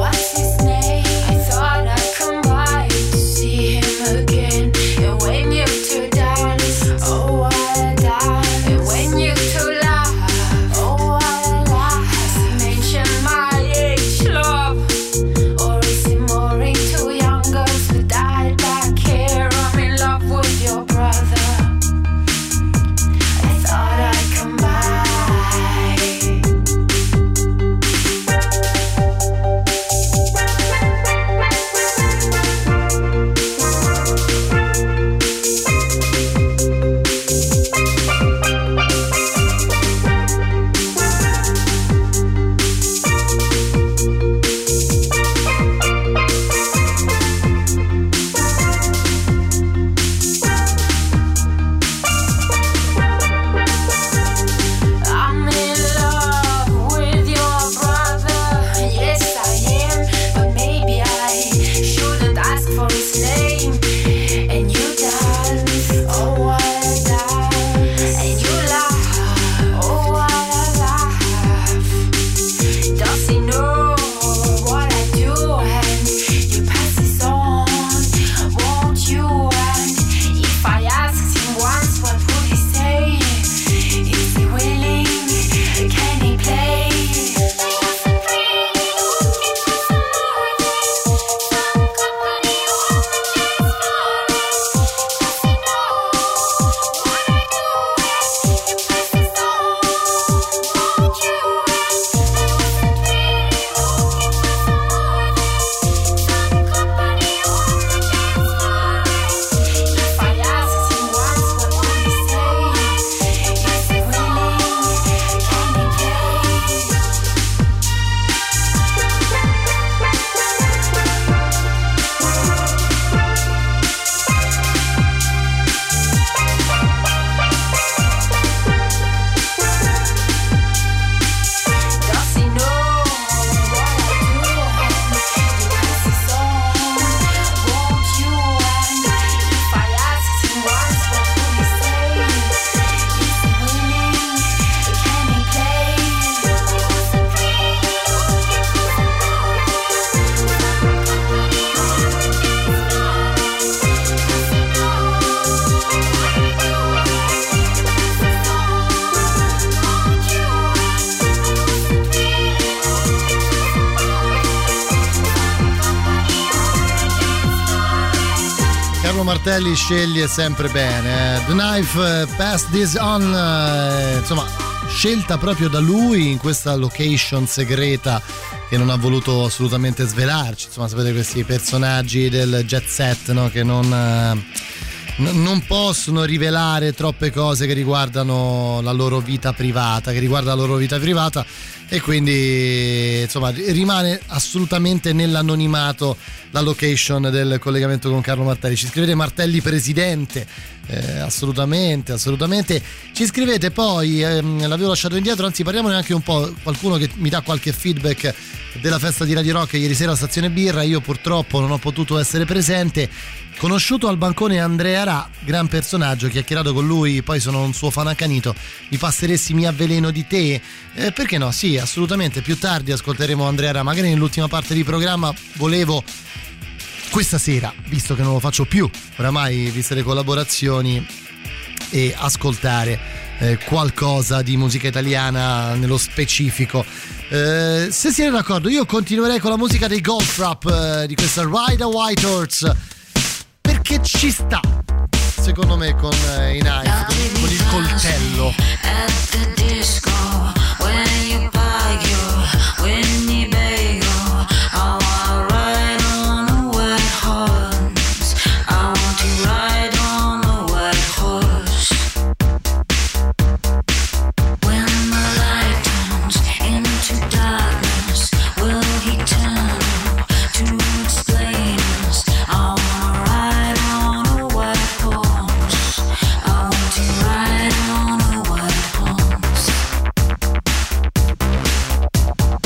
Carlo Martelli sceglie sempre bene. The Knife, Pass This On, eh, insomma, scelta proprio da lui in questa location segreta che non ha voluto assolutamente svelarci. Insomma, sapete, questi personaggi del jet set, no? Che non, eh, non possono rivelare troppe cose che riguardano la loro vita privata, che riguarda la loro vita privata, e quindi insomma rimane assolutamente nell'anonimato la location del collegamento con Carlo Martelli. Ci scrivete Martelli presidente, eh, assolutamente, assolutamente. Ci scrivete poi, ehm, l'avevo lasciato indietro, anzi parliamone anche un po', qualcuno che mi dà qualche feedback della festa di Radio Rock ieri sera a Stazione Birra. Io purtroppo non ho potuto essere presente. Conosciuto al bancone Andrea Ra, gran personaggio, chiacchierato con lui, poi sono un suo fan accanito. Mi passeresti Mi avveleno di te? Eh, perché no? Sì, assolutamente. Più tardi ascolteremo Andrea Ra, magari nell'ultima parte di programma. Volevo questa sera, visto che non lo faccio più oramai, viste le collaborazioni, e ascoltare eh, qualcosa di musica italiana nello specifico. Eh, se siete d'accordo, io continuerei con la musica dei Goldfrapp, eh, di questa Ride a White Horse, perché ci sta, secondo me, con eh, i knife, con, con il coltello. Ride on a white horse.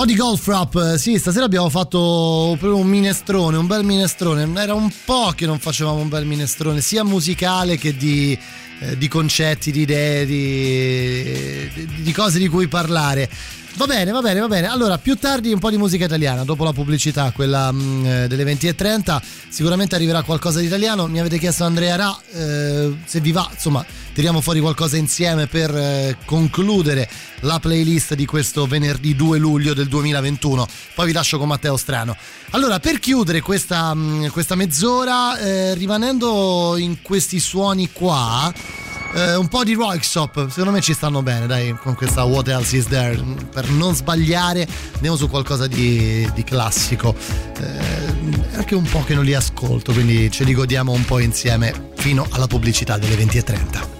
po' di golf rap, sì, stasera abbiamo fatto proprio un minestrone, un bel minestrone. Era un po' che non facevamo un bel minestrone, sia musicale che di, eh, di concetti, di idee, di, di, di cose di cui parlare. Va bene, va bene, va bene. Allora, più tardi un po' di musica italiana, dopo la pubblicità, quella mh, delle venti e trenta, sicuramente arriverà qualcosa di italiano. Mi avete chiesto Andrea Ra, eh, se vi va, insomma, tiriamo fuori qualcosa insieme per eh, concludere la playlist di questo venerdì due luglio del duemilaventuno. Poi vi lascio con Matteo Strano. Allora, per chiudere questa, mh, questa mezz'ora, eh, rimanendo in questi suoni qua, Uh, un po' di Röyksopp, secondo me ci stanno bene, dai, con questa What Else Is There. Per non sbagliare andiamo su qualcosa di, di classico, uh, anche un po' che non li ascolto, quindi ce li godiamo un po' insieme fino alla pubblicità delle venti e trenta.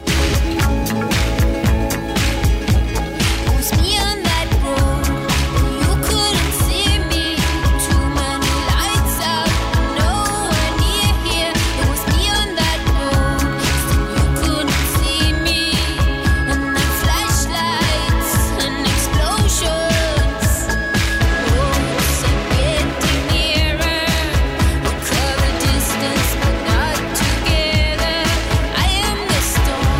Distance, but not together. I am the storm.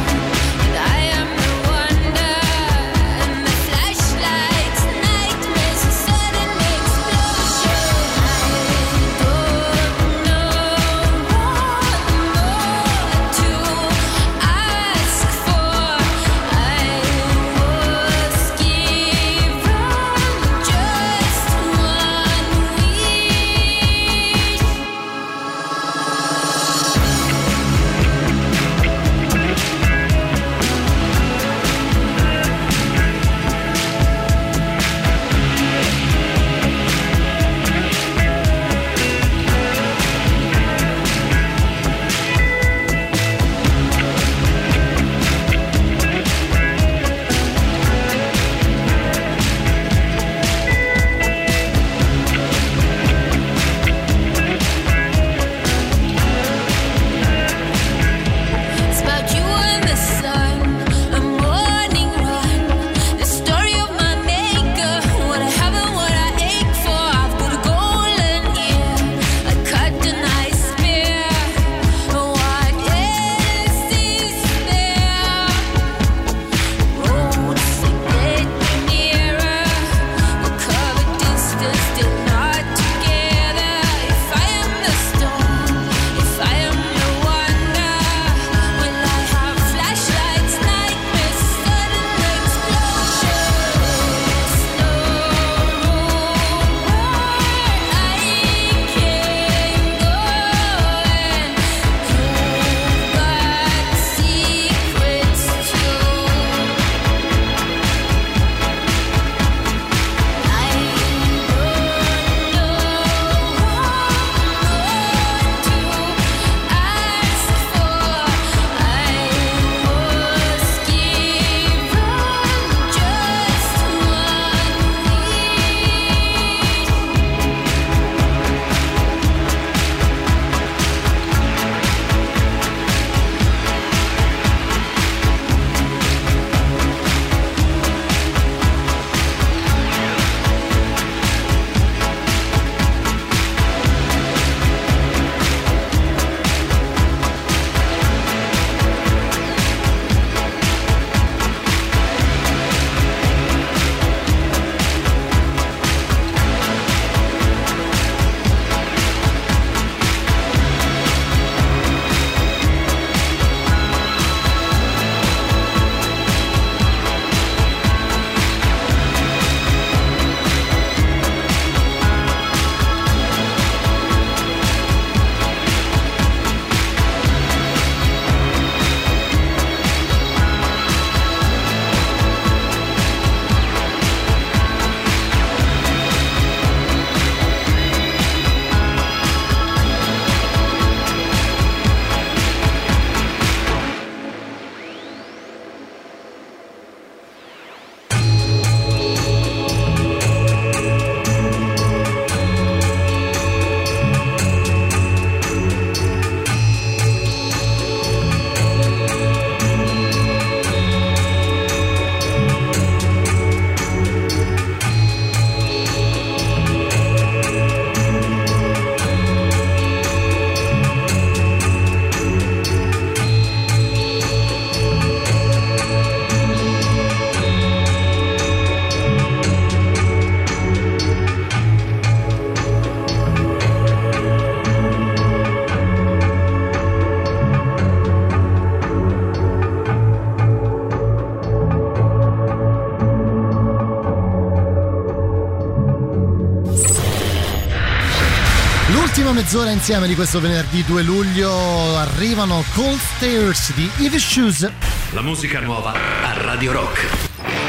L'ultima mezz'ora insieme di questo venerdì due luglio arrivano Cold Stairs di Eve Shoes. La musica nuova a Radio Rock.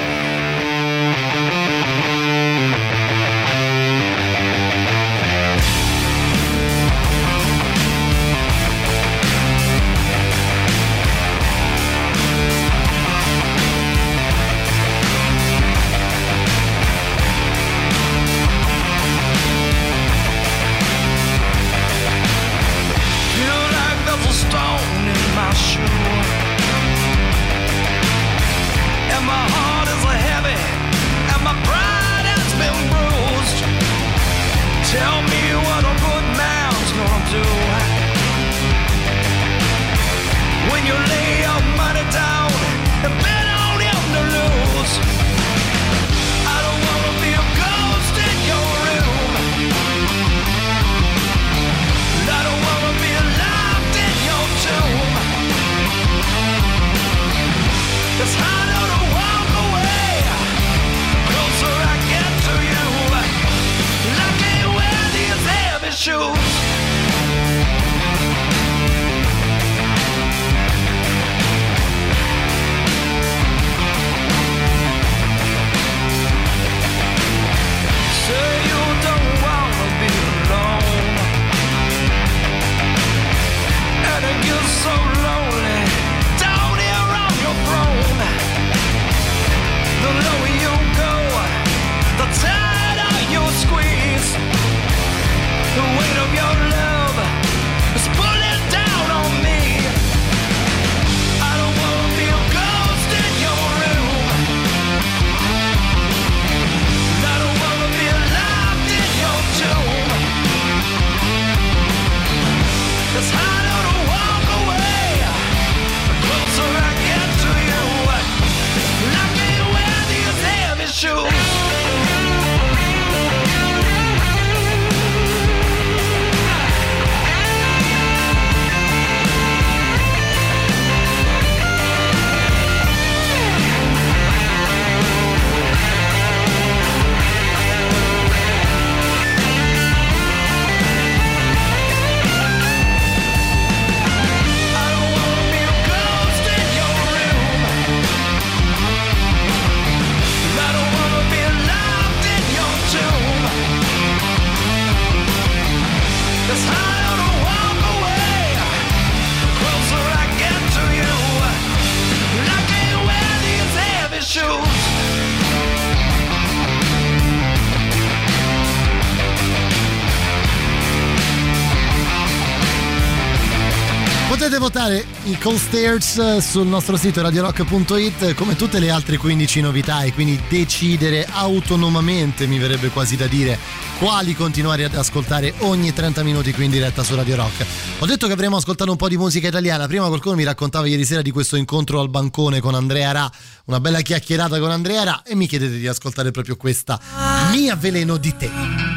Potete votare i Cold Stairs sul nostro sito radio rock punto it come tutte le altre quindici novità e quindi decidere autonomamente, mi verrebbe quasi da dire, quali continuare ad ascoltare ogni trenta minuti qui in diretta su Radio Rock. Ho detto che avremmo ascoltato un po' di musica italiana. Prima qualcuno mi raccontava ieri sera di questo incontro al bancone con Andrea Ra, una bella chiacchierata con Andrea Ra, e mi chiedete di ascoltare proprio questa, Mia veleno di te.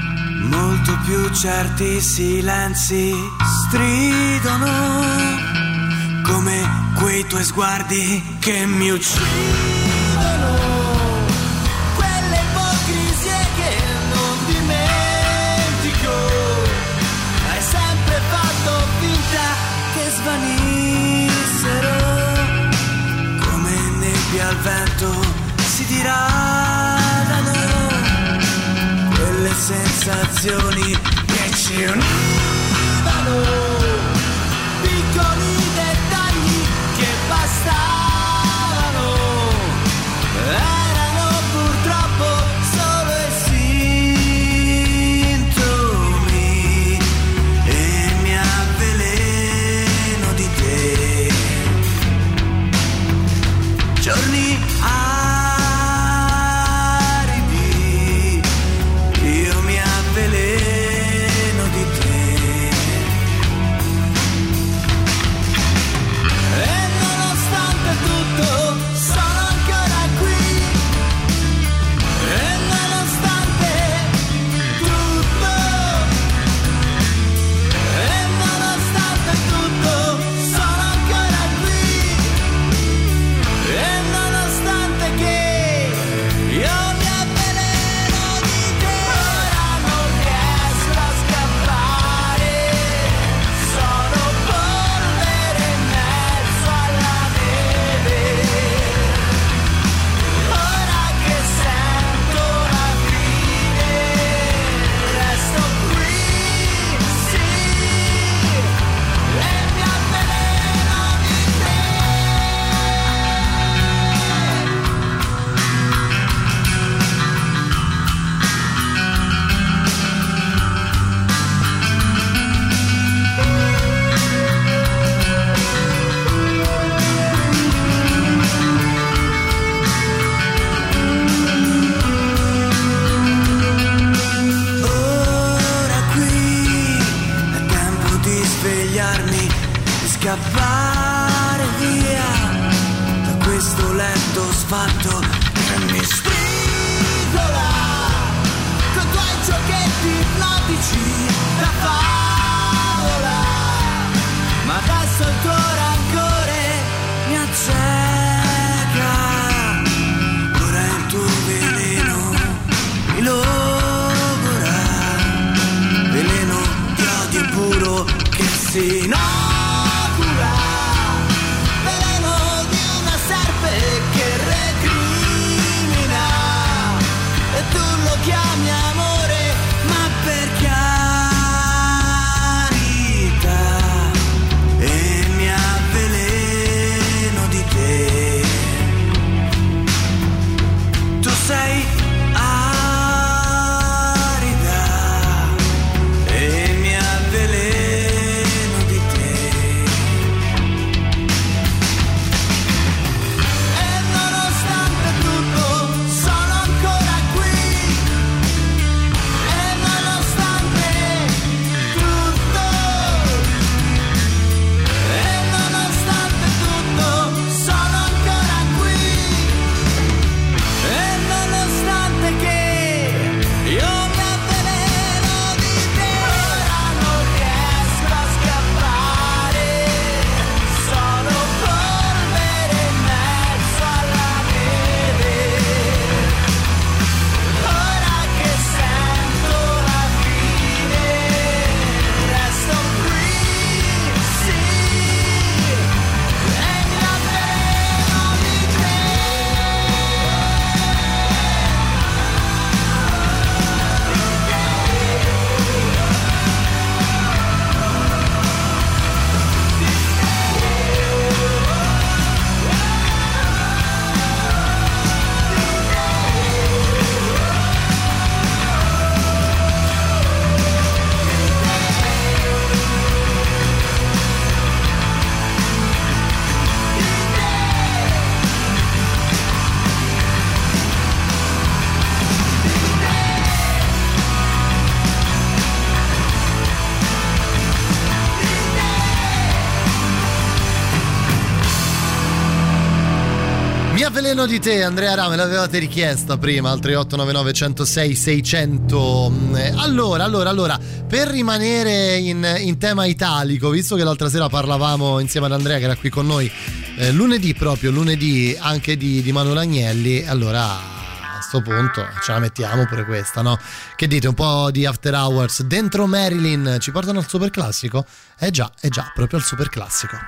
Molto più certi silenzi stridono come quei tuoi sguardi che mi uccidono, quelle ipocrisie che non dimentico. Hai sempre fatto finta che svanissero, come nebbia al vento si diradano quelle sensazioni che ci univano, piccoli dettagli che bastavano, erano purtroppo solo i sintomi e mi avveleno di te. Giorni aridi, io mi avveleno di te. cercarmi di scappare via da questo letto sfatto che mi stringola con i tuoi giochetti ipnotici da favola, ma adesso il tuo rancore mi acceca, ora il tuo veleno mi logora, veleno di odio puro che si inocula, veleno di una serpe che recrimina, e tu lo chiami amore, ma per carità, e mi avveleno di te. Tu sei Veleno di te, Andrea Ra, me l'avevate richiesta prima al tre otto nove nove uno zero sei sei zero zero. Allora, allora, allora, per rimanere in, in tema italico, visto che l'altra sera parlavamo insieme ad Andrea che era qui con noi eh, lunedì, proprio lunedì, anche di, di Manuel Agnelli, allora a sto punto ce la mettiamo pure questa, no? Che dite, un po' di After Hours dentro Marilyn ci portano al super classico? Eh già, eh già, proprio al super classico.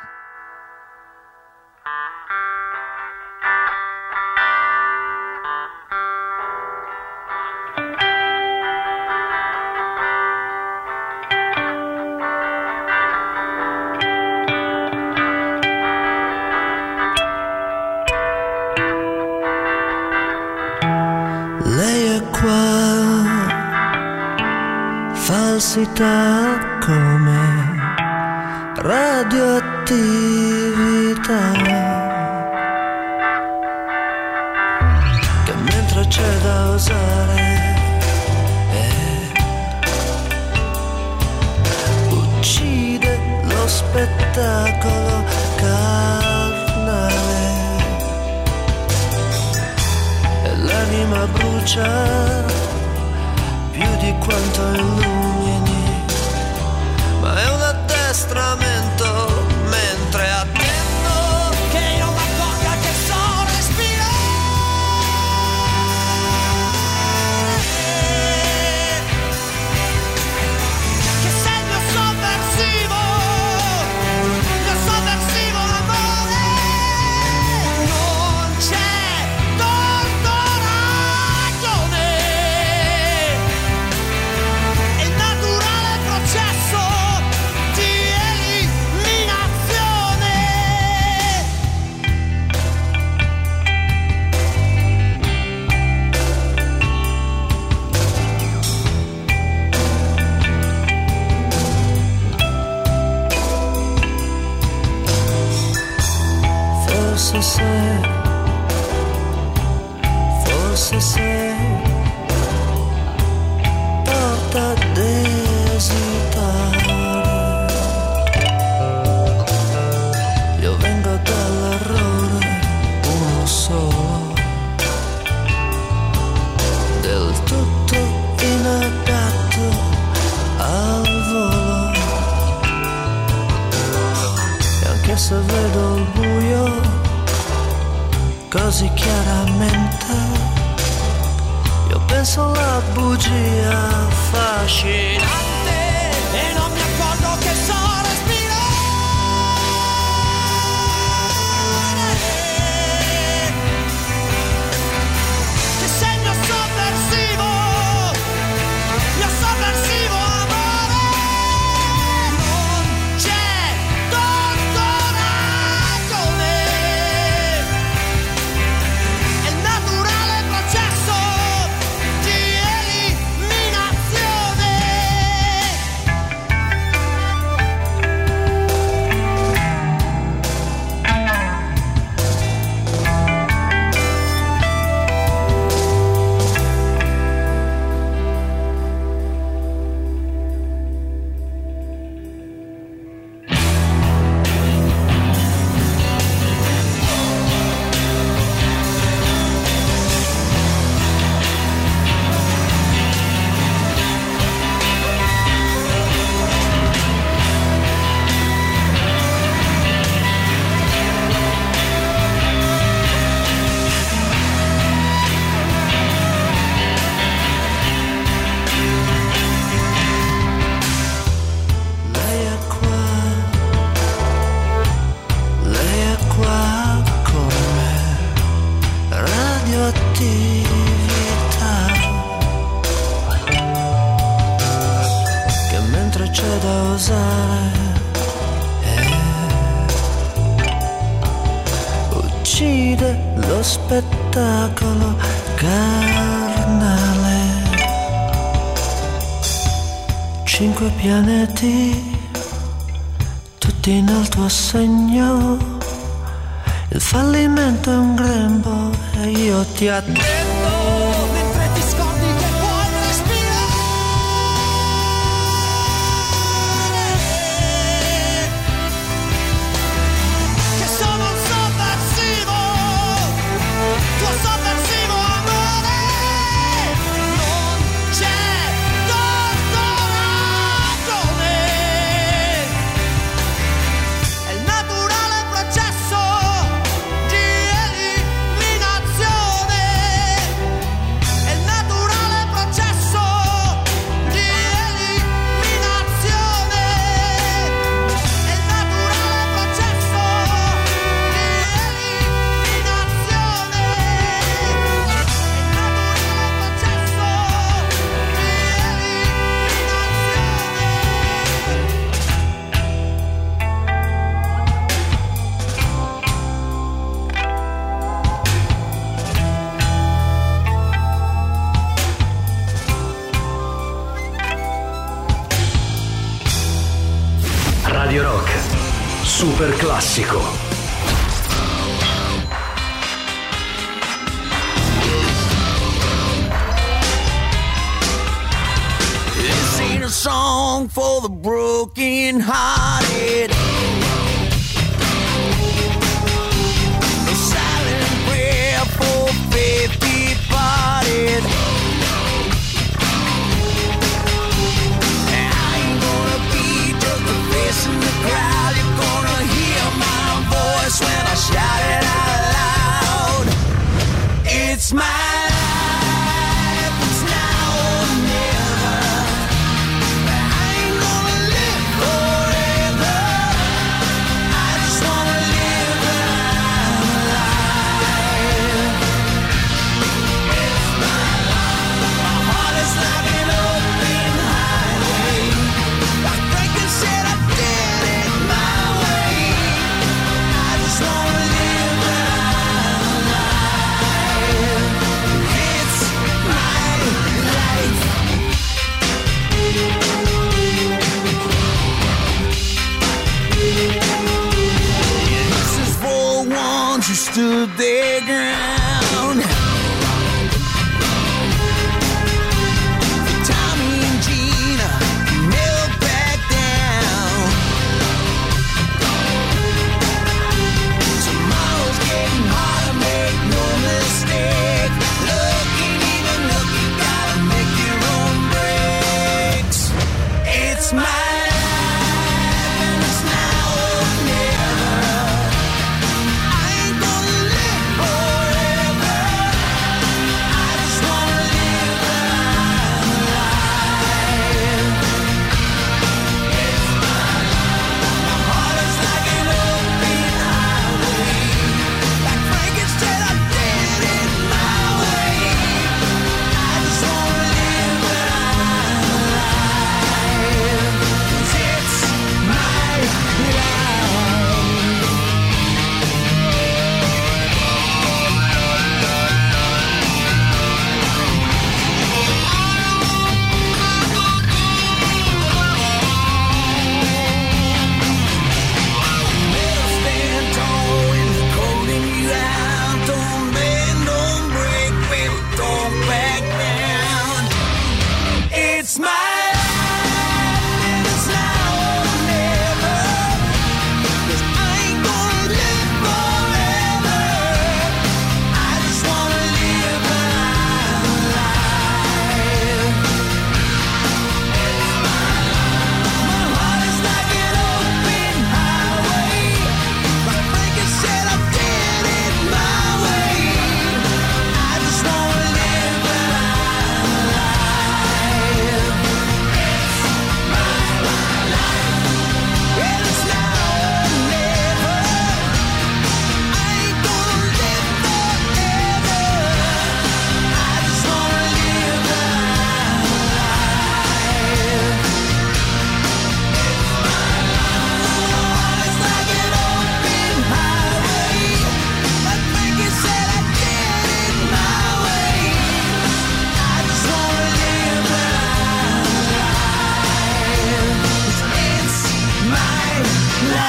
Falsità come radioattività, che mentre c'è da usare eh, uccide lo spettacolo carnale e l'anima brucia più di quanto illumini, ma è un addestramento mentre attendo che io m'accorga che so respirare, che sei il mio sovversivo, il mio sovversivo amore, non c'è torto ragione. Forse se, forse se porta a esitare, se vedo il buio così chiaramente, io penso alla bugia affascinante e non mi accorgo che so respirare. Che segno sovversivo, mio sovversivo amore, non c'è dottorato me, è il naturale processo di eliminazione. Lei è qua, lei è qua con me, radioattività, che mentre c'è da usare eh, uccide lo spettacolo carnale. Cinque pianeti, tutti nel tuo segno, il fallimento è un grembo e io ti attendo mentre ti scordi che puoi respirare. Che sono un sovversivo, tuo sovversivo amore, non c'è dottorato me, è il naturale processo di eliminazione, è il naturale processo di eliminazione, è il naturale processo di eliminazione, Radio Rock, super classico. This ain't a song for the broken hearted. A silent prayer for faith departed. I ain't gonna be just a face in the crowd. You're gonna hear my voice when I shout it out loud. It's my life, it's now or never. I ain't gonna live forever. I just wanna live when I'm alive. It's my life. My heart is like an open highway. Like Franklin said, I did it my way. I just wanna live when I'm alive. It's my life. This is for ones who stood their ground. For Tommy and Gina, who never back down. Tomorrow's getting harder, make no mistake. Look, ain't even look, you gotta make your own breaks. It's my life and it's now or never.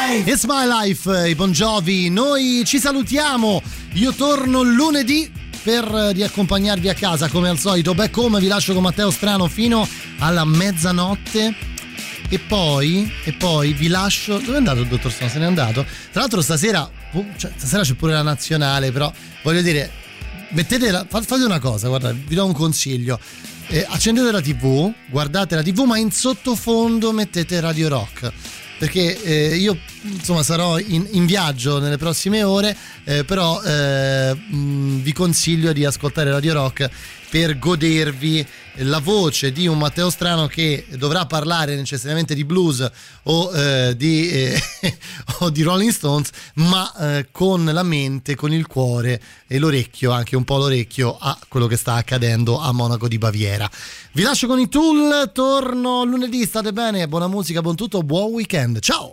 life. It's my life, i Bon Jovi. Noi ci salutiamo. Io torno lunedì per riaccompagnarvi a casa come al solito. Back home, vi lascio con Matteo Strano fino alla mezzanotte. E poi, e poi vi lascio. Dove è andato il dottor Strano? Se n'è andato. Tra l'altro stasera, cioè, stasera c'è pure la nazionale, però voglio dire, mettete la, fate una cosa, guarda, vi do un consiglio. Eh, accendete la tivù, guardate la tivù, ma in sottofondo mettete Radio Rock, perché eh, io insomma sarò in, in viaggio nelle prossime ore, eh, però eh, mh, vi consiglio di ascoltare Radio Rock per godervi la voce di un Matteo Strano che dovrà parlare necessariamente di blues o, eh, di, eh, o di Rolling Stones, ma eh, con la mente, con il cuore e l'orecchio, anche un po' l'orecchio, a quello che sta accadendo a Monaco di Baviera. Vi lascio con i Tool, torno lunedì, state bene, buona musica, buon tutto, buon weekend, ciao!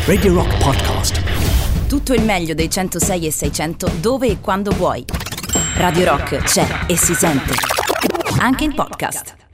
Radio Rock Podcast. Tutto il meglio dei centosei e seicento dove e quando vuoi. Radio Rock c'è e si sente. Anche in podcast.